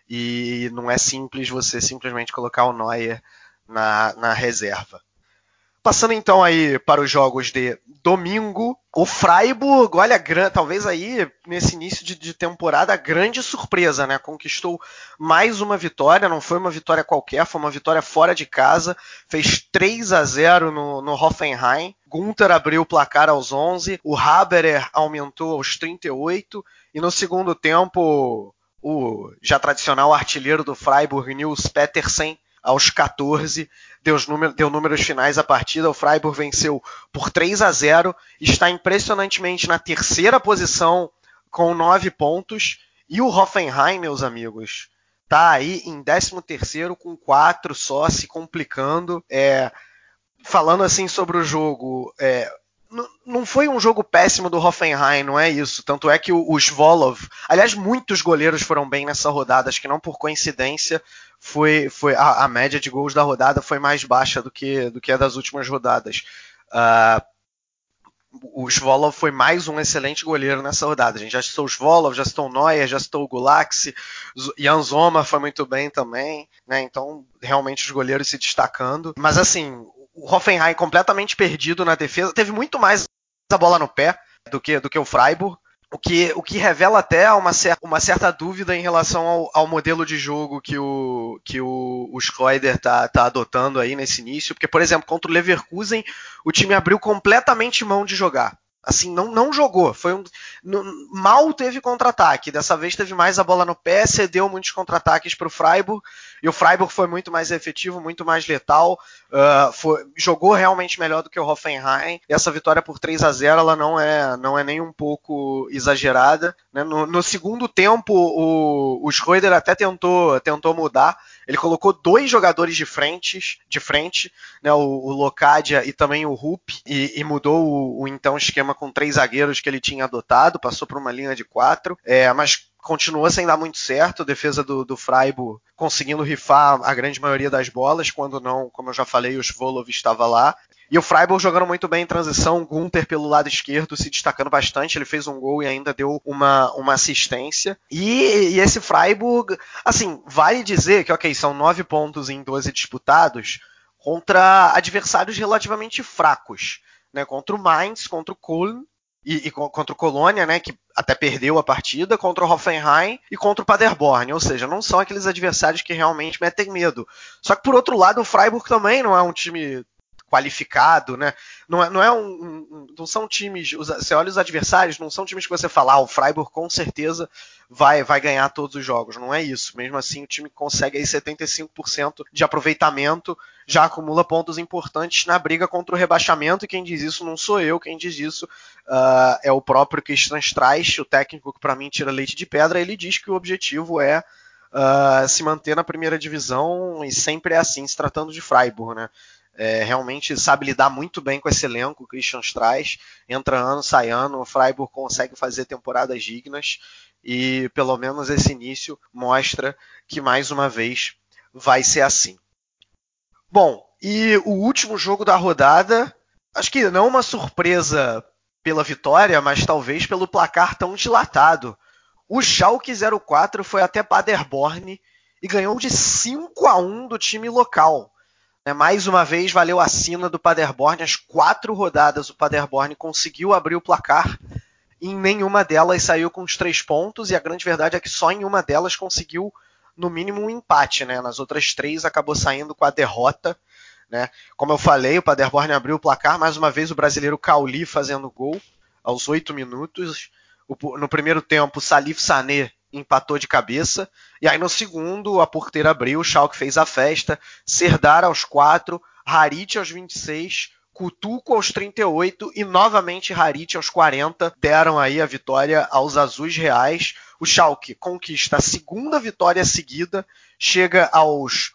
E não é simples você simplesmente colocar o Neuer na reserva. Passando então aí para os jogos de domingo, o Freiburg, olha, talvez aí nesse início de temporada, a grande surpresa, né? Conquistou mais uma vitória, não foi uma vitória qualquer, foi uma vitória fora de casa, fez 3-0 no Hoffenheim, Gunther abriu o placar aos 11, o Haberer aumentou aos 38, e no segundo tempo, o já tradicional artilheiro do Freiburg, Nils Petersen, aos 14, deu números finais à partida. O Freiburg venceu por 3-0, está impressionantemente na terceira posição com 9 pontos, e o Hoffenheim, meus amigos, está aí em 13º com 4 só, se complicando. Falando assim sobre o jogo, não foi um jogo péssimo do Hoffenheim, não é isso. Tanto é que o Svolov, aliás, muitos goleiros foram bem nessa rodada, acho que não por coincidência, foi a média de gols da rodada foi mais baixa do que a das últimas rodadas. O Svolov foi mais um excelente goleiro nessa rodada. A gente já citou o Svolov, já citou o Neuer, já citou o Gulaxi, Jan Sommer foi muito bem também, né? Então, realmente os goleiros se destacando. Mas assim, o Hoffenheim completamente perdido na defesa, teve muito mais a bola no pé do que o Freiburg, o que revela até uma certa dúvida em relação ao modelo de jogo que o Schreuder tá adotando aí nesse início, porque, por exemplo, contra o Leverkusen, o time abriu completamente mão de jogar. Assim, não jogou. Mal teve contra-ataque. Dessa vez teve mais a bola no pé, cedeu muitos contra-ataques para o Freiburg. E o Freiburg foi muito mais efetivo, muito mais letal. Jogou realmente melhor do que o Hoffenheim. E essa vitória por 3-0 ela não é nem um pouco exagerada. Né? No segundo tempo, o Schreuder até tentou mudar. Ele colocou 2 jogadores de frente, né, o Locadia e também o Rupp, e mudou o então esquema com 3 zagueiros que ele tinha adotado, passou para uma linha de 4, mas continuou sem dar muito certo, a defesa do Freiburg conseguindo rifar a grande maioria das bolas, quando não, como eu já falei, o Svolov estava lá. E o Freiburg jogando muito bem em transição, Gunther pelo lado esquerdo se destacando bastante, ele fez um gol e ainda deu uma assistência. E esse Freiburg, assim, vale dizer que, ok, são 9 pontos em 12 disputados contra adversários relativamente fracos, né? Contra o Mainz, contra o Köln, e contra o Colônia, né, que até perdeu a partida, contra o Hoffenheim e contra o Paderborn, ou seja, não são aqueles adversários que realmente metem medo. Só que por outro lado, o Freiburg também não é um time qualificado, né? Não são times. Você olha os adversários, não são times que você fala, o Freiburg com certeza vai ganhar todos os jogos. Não é isso. Mesmo assim, o time consegue aí 75% de aproveitamento, já acumula pontos importantes na briga contra o rebaixamento. E quem diz isso não sou eu, quem diz isso é o próprio Christian Streich, o técnico que para mim tira leite de pedra. Ele diz que o objetivo é se manter na primeira divisão, e sempre é assim, se tratando de Freiburg, né? Realmente sabe lidar muito bem com esse elenco, o Christian traz, entra ano, sai ano, o Freiburg consegue fazer temporadas dignas, e pelo menos esse início mostra que mais uma vez vai ser assim. Bom, e o último jogo da rodada, acho que não uma surpresa pela vitória, mas talvez pelo placar tão dilatado. O Schalke 04 foi até Paderborn e ganhou de 5-1 do time local. Mais uma vez, valeu a sina do Paderborn. As 4 rodadas o Paderborn conseguiu abrir o placar e em nenhuma delas saiu com os 3 pontos. E a grande verdade é que só em uma delas conseguiu, no mínimo, um empate. Nas outras 3 acabou saindo com a derrota. Como eu falei, o Paderborn abriu o placar. Mais uma vez o brasileiro Cauli fazendo gol aos 8 minutos. No primeiro tempo, Salif Sané empatou de cabeça, e aí no segundo a porteira abriu, o Schalke fez a festa, Serdar aos 4, Harit aos 26, Kutuco aos 38 e novamente Harit aos 40 deram aí a vitória aos azuis reais. O Schalke conquista a segunda vitória seguida, chega aos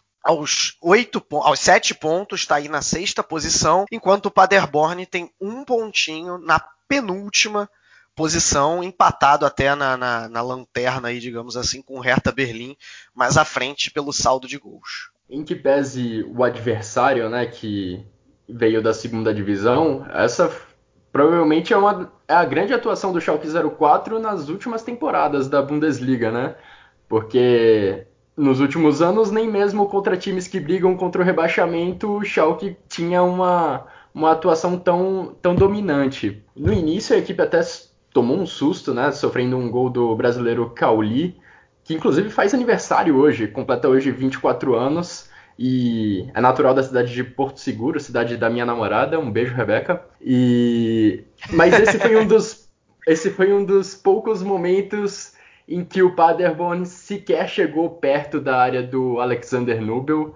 7 pontos, está aí na 6ª posição, enquanto o Paderborn tem um pontinho na penúltima posição, empatado até na lanterna, aí, digamos assim, com o Hertha Berlim mais à frente pelo saldo de gols. Em que pese o adversário, né, que veio da segunda divisão, essa provavelmente é a grande atuação do Schalke 04 nas últimas temporadas da Bundesliga, né? Porque nos últimos anos, nem mesmo contra times que brigam contra o rebaixamento, o Schalke tinha uma atuação tão dominante. No início, a equipe até tomou um susto, né, sofrendo um gol do brasileiro Cauli, que inclusive faz aniversário hoje, completa hoje 24 anos, e é natural da cidade de Porto Seguro, cidade da minha namorada. Um beijo, Rebeca. Mas esse foi um dos poucos momentos em que o Paderborn sequer chegou perto da área do Alexander Nubel.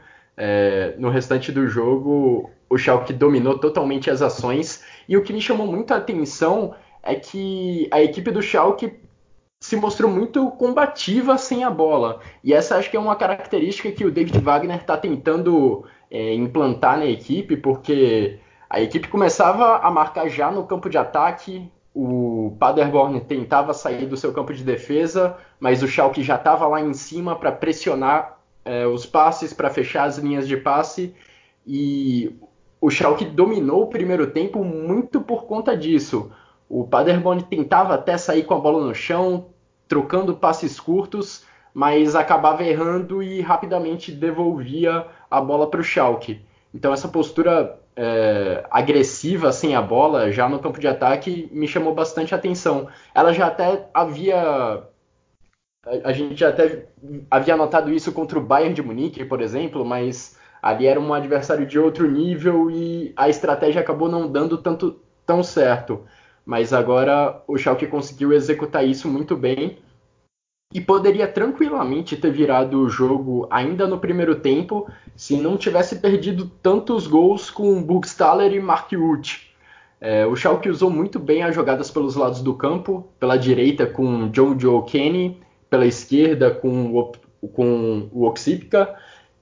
No restante do jogo, o Schalke dominou totalmente as ações, e o que me chamou muito a atenção é que a equipe do Schalke se mostrou muito combativa sem a bola. E essa acho que é uma característica que o David Wagner está tentando implantar na equipe, porque a equipe começava a marcar já no campo de ataque, o Paderborn tentava sair do seu campo de defesa, mas o Schalke já estava lá em cima para pressionar os passes, para fechar as linhas de passe, e o Schalke dominou o primeiro tempo muito por conta disso. O Paderborn tentava até sair com a bola no chão, trocando passes curtos, mas acabava errando e rapidamente devolvia a bola para o Schalke. Então essa postura agressiva sem a bola, já no campo de ataque, me chamou bastante atenção. Ela já até havia... A gente já até havia notado isso contra o Bayern de Munique, por exemplo, mas ali era um adversário de outro nível e a estratégia acabou não dando tão certo. Mas agora o Schalke conseguiu executar isso muito bem e poderia tranquilamente ter virado o jogo ainda no primeiro tempo se não tivesse perdido tantos gols com Burgstaller e Mark Uth. O Schalke usou muito bem as jogadas pelos lados do campo, pela direita com Joe Kenny, pela esquerda com o Oksipka,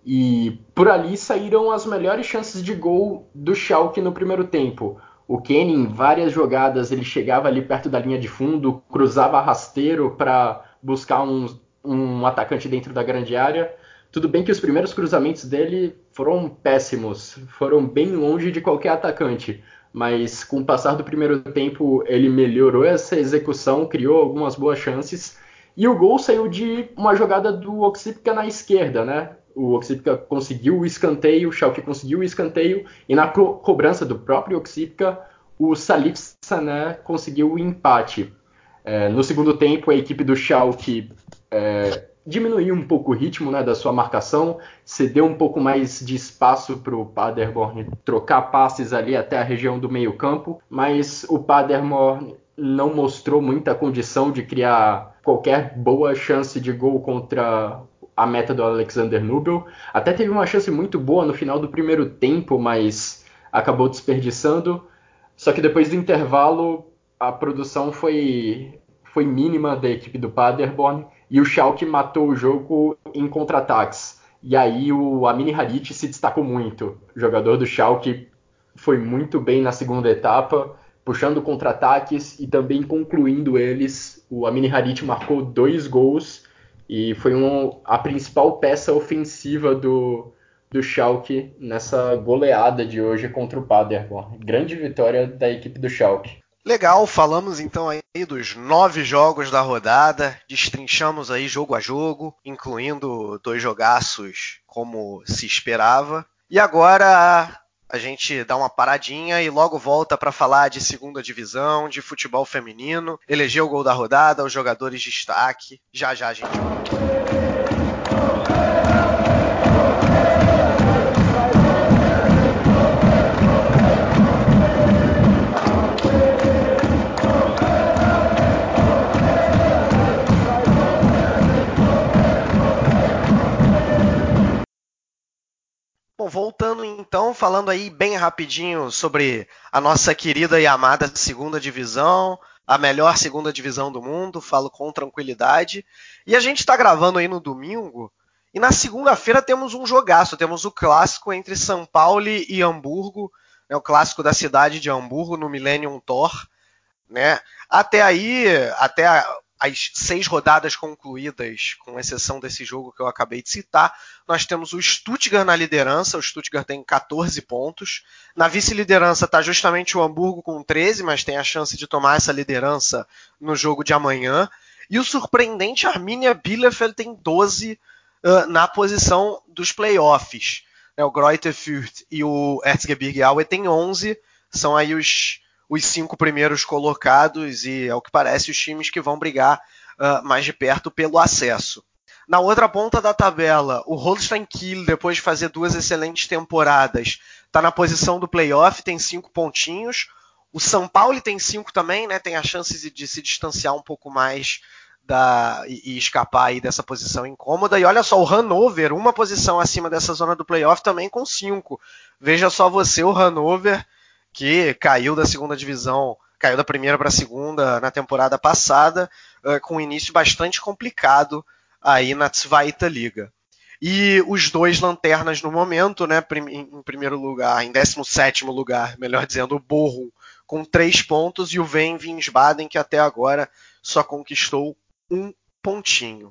e por ali saíram as melhores chances de gol do Schalke no primeiro tempo. O Kenny, em várias jogadas, ele chegava ali perto da linha de fundo, cruzava rasteiro para buscar um atacante dentro da grande área. Tudo bem que os primeiros cruzamentos dele foram péssimos, foram bem longe de qualquer atacante, mas com o passar do primeiro tempo ele melhorou essa execução, criou algumas boas chances, e o gol saiu de uma jogada do Oksipka na esquerda, né? O Oksipka conseguiu o escanteio, o Schalke conseguiu o escanteio, e na cobrança do próprio Oksipka, o Salif Sané conseguiu o empate. No segundo tempo, a equipe do Schalke diminuiu um pouco o ritmo, né, da sua marcação, cedeu um pouco mais de espaço para o Paderborn trocar passes ali até a região do meio campo, mas o Paderborn não mostrou muita condição de criar qualquer boa chance de gol contra a meta do Alexander Nubel. Até teve uma chance muito boa no final do primeiro tempo, mas acabou desperdiçando. Só que depois do intervalo, a produção foi foi mínima da equipe do Paderborn e o Schalke matou o jogo em contra-ataques. E aí o Amin Harit se destacou muito. O jogador do Schalke foi muito bem na segunda etapa, puxando contra-ataques e também concluindo eles. O Amin Harit marcou 2 gols e foi a principal peça ofensiva do Schalke nessa goleada de hoje contra o Paderborn. Grande vitória da equipe do Schalke. Legal, falamos então aí dos 9 jogos da rodada, destrinchamos aí jogo a jogo, incluindo 2 jogaços como se esperava. E agora a gente dá uma paradinha e logo volta para falar de segunda divisão, de futebol feminino, eleger o gol da rodada, os jogadores de destaque. Já já a gente volta. Bom, voltando então, falando aí bem rapidinho sobre a nossa querida e amada segunda divisão, a melhor segunda divisão do mundo, falo com tranquilidade. E a gente está gravando aí no domingo, e na segunda-feira temos um jogaço, temos o clássico entre São Paulo e Hamburgo, né, o clássico da cidade de Hamburgo no Millennium Tor, né? Até aí, as 6 rodadas concluídas, com exceção desse jogo que eu acabei de citar, nós temos o Stuttgart na liderança. O Stuttgart tem 14 pontos. Na vice-liderança está justamente o Hamburgo com 13, mas tem a chance de tomar essa liderança no jogo de amanhã. E o surpreendente Arminia Bielefeld tem 12 na posição dos playoffs. O Greuther Fürth e o Erzgebirge Aue têm 11, são aí os 5 primeiros colocados e, ao que parece, os times que vão brigar mais de perto pelo acesso. Na outra ponta da tabela, o Holstein Kiel, depois de fazer 2 excelentes temporadas, está na posição do playoff, tem 5 pontinhos. O São Paulo tem 5 também, né, tem a chance de se distanciar um pouco mais e escapar aí dessa posição incômoda. E olha só, o Hannover, uma posição acima dessa zona do playoff, também com 5. Veja só você, o Hannover, que caiu da segunda divisão, caiu da primeira para a segunda na temporada passada, com um início bastante complicado aí na Zweite Liga. E os 2 lanternas no momento, né, em primeiro lugar, em 17º lugar, melhor dizendo, o Bochum com 3 pontos e o Wien Wiesbaden, que até agora só conquistou 1 pontinho.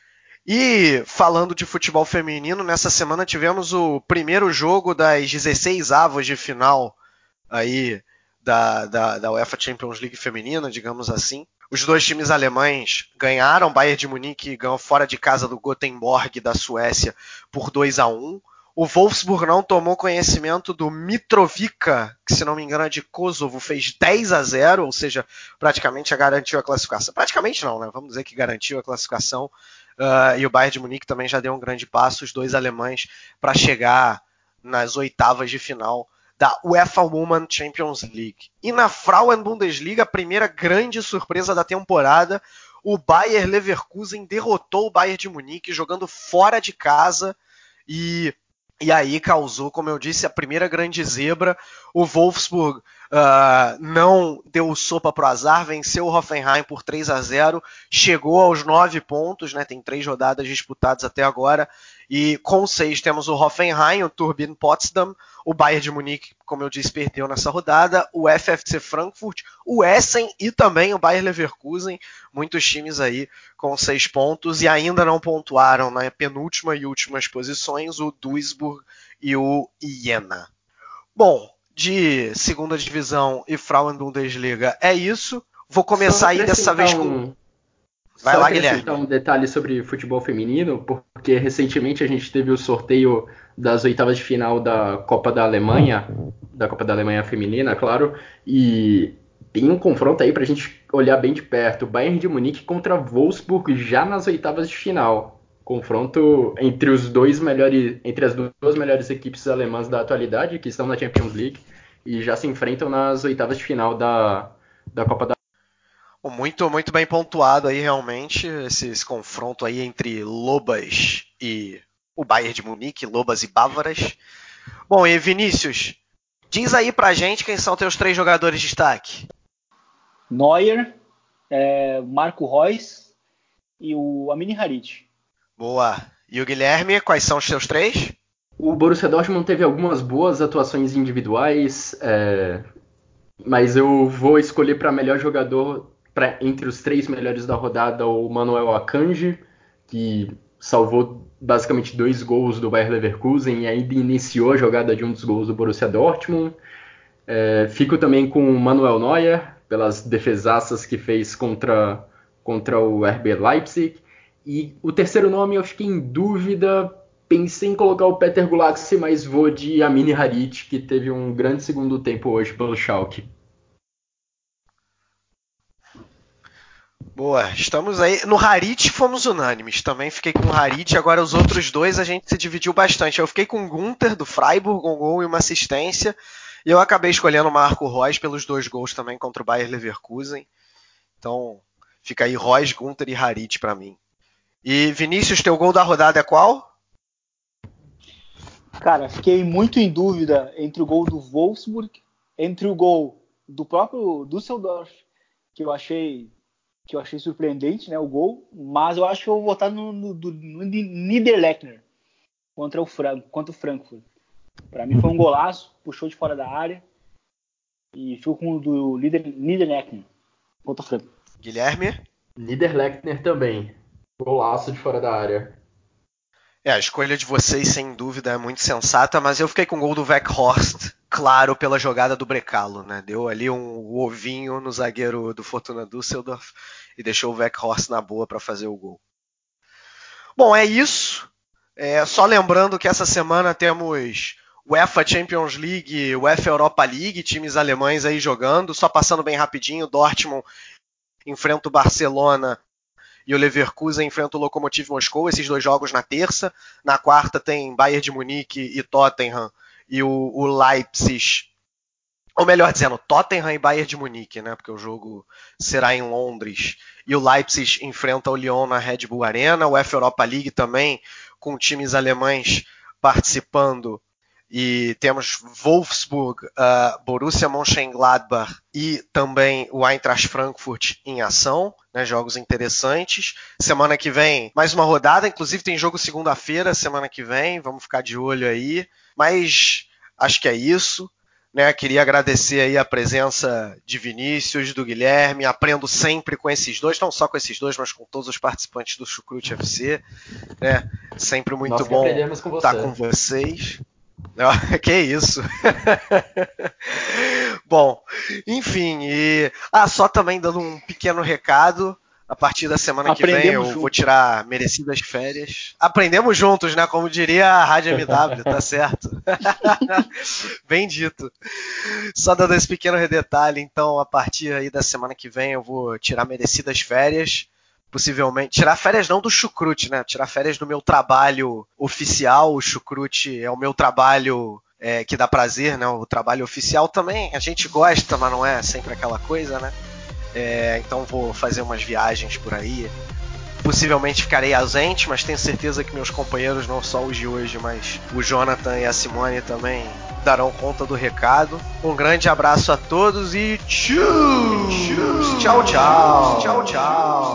E falando de futebol feminino, nessa semana tivemos o primeiro jogo das 16 avos de final aí da UEFA Champions League feminina, digamos assim. Os 2 times alemães ganharam, Bayern de Munique ganhou fora de casa do Gothenburg da Suécia por 2-1. O Wolfsburg não tomou conhecimento do Mitrovica, que se não me engano é de Kosovo, fez 10-0, ou seja, praticamente garantiu a classificação. Praticamente não, né? Vamos dizer que garantiu a classificação. E o Bayern de Munique também já deu um grande passo, os 2 alemães, para chegar nas oitavas de final da UEFA Women's Champions League. E na Frauen Bundesliga, a primeira grande surpresa da temporada, o Bayer Leverkusen derrotou o Bayern de Munique jogando fora de casa e aí causou, como eu disse, a primeira grande zebra. O Wolfsburg não deu sopa pro azar, venceu o Hoffenheim por 3-0, chegou aos 9 pontos, né, tem 3 rodadas disputadas até agora, e com 6 temos o Hoffenheim, o Turbine Potsdam, o Bayern de Munique, como eu disse, perdeu nessa rodada, o FFC Frankfurt, o Essen e também o Bayer Leverkusen, muitos times aí com 6 pontos, e ainda não pontuaram na penúltima e últimas posições o Duisburg e o Jena. Bom, de segunda divisão e Frauen Bundesliga é isso. Vou começar aí dessa vez com... Vai lá, Guilherme. Só acrescentar um detalhe sobre futebol feminino, porque recentemente a gente teve o sorteio das oitavas de final da Copa da Alemanha feminina, claro, e tem um confronto aí pra gente olhar bem de perto, Bayern de Munique contra Wolfsburg já nas oitavas de final. Confronto entre as 2 melhores equipes alemãs da atualidade, que estão na Champions League, e já se enfrentam nas oitavas de final da Copa da Muito, muito bem pontuado aí, realmente, esse confronto aí entre Lobas e o Bayern de Munique, Lobas e Bávaras. Bom, e Vinícius, diz aí pra gente quem são teus 3 jogadores de destaque. Neuer, Marco Reus e o Amin Harit. Boa. E o Guilherme, quais são os seus 3? O Borussia Dortmund teve algumas boas atuações individuais, mas eu vou escolher para melhor jogador, entre os 3 melhores da rodada, o Manuel Akanji, que salvou basicamente 2 gols do Bayer Leverkusen e ainda iniciou a jogada de um dos gols do Borussia Dortmund. Fico também com o Manuel Neuer, pelas defesaças que fez contra o RB Leipzig. E o terceiro nome eu fiquei em dúvida, pensei em colocar o Peter Gulaxi, mas vou de Amin Harit, que teve um grande segundo tempo hoje pelo Schalke. Boa, estamos aí. No Harit fomos unânimes, também fiquei com o Harit, agora os outros 2 a gente se dividiu bastante. Eu fiquei com o Gunther, do Freiburg, um gol e uma assistência, e eu acabei escolhendo o Marco Reus pelos 2 gols também contra o Bayer Leverkusen. Então fica aí Reus, Gunther e Harit para mim. E Vinícius, teu gol da rodada é qual? Cara, fiquei muito em dúvida entre o gol do Wolfsburg, entre o gol do próprio Düsseldorf, que eu achei surpreendente, né, o gol, mas eu acho que eu vou votar no Niederlechner contra o Frankfurt. Para mim foi um golaço, puxou de fora da área e fico com o do Niederlechner contra o Frankfurt. Guilherme? Niederlechner também. Golaço de fora da área. A escolha de vocês, sem dúvida, é muito sensata, mas eu fiquei com o gol do Weghorst, claro, pela jogada do Brecalo, né? Deu ali um ovinho no zagueiro do Fortuna Düsseldorf e deixou o Weghorst na boa para fazer o gol. Bom, é isso. Só lembrando que essa semana temos UEFA Champions League, UEFA Europa League, times alemães aí jogando. Só passando bem rapidinho, Dortmund enfrenta o Barcelona e o Leverkusen enfrenta o Lokomotiv Moscou, esses 2 jogos na terça. Na quarta tem Bayern de Munique e Tottenham, e o Leipzig, ou melhor dizendo, Tottenham e Bayern de Munique, né? Porque o jogo será em Londres. E o Leipzig enfrenta o Lyon na Red Bull Arena. O UEFA Europa League também, com times alemães participando. E temos Wolfsburg, Borussia Mönchengladbach e também o Eintracht Frankfurt em ação, né, jogos interessantes. Semana que vem, mais uma rodada, inclusive tem jogo segunda-feira, semana que vem, vamos ficar de olho aí. Mas acho que é isso. Né, queria agradecer aí a presença de Vinícius, do Guilherme. Aprendo sempre com esses 2, não só com esses 2, mas com todos os participantes do Chucrute FC. Né? Sempre muito Nós bom estar com vocês. Que isso. Bom, enfim, só também dando um pequeno recado. A partir da semana que vem eu vou tirar merecidas férias. Aprendemos juntos, né? Como diria a Rádio MW, tá certo? Bem dito. Só dando esse pequeno detalhe, então, a partir aí da semana que vem eu vou tirar merecidas férias. Possivelmente, tirar férias não do Chucrute, né? Tirar férias do meu trabalho oficial. O Chucrute é o meu trabalho que dá prazer, né? O trabalho oficial também a gente gosta, mas não é sempre aquela coisa, né? Então vou fazer umas viagens por aí. Possivelmente ficarei ausente, mas tenho certeza que meus companheiros, não só os de hoje, mas o Jonathan e a Simone também darão conta do recado. Um grande abraço a todos e tchau, tchau, tchau.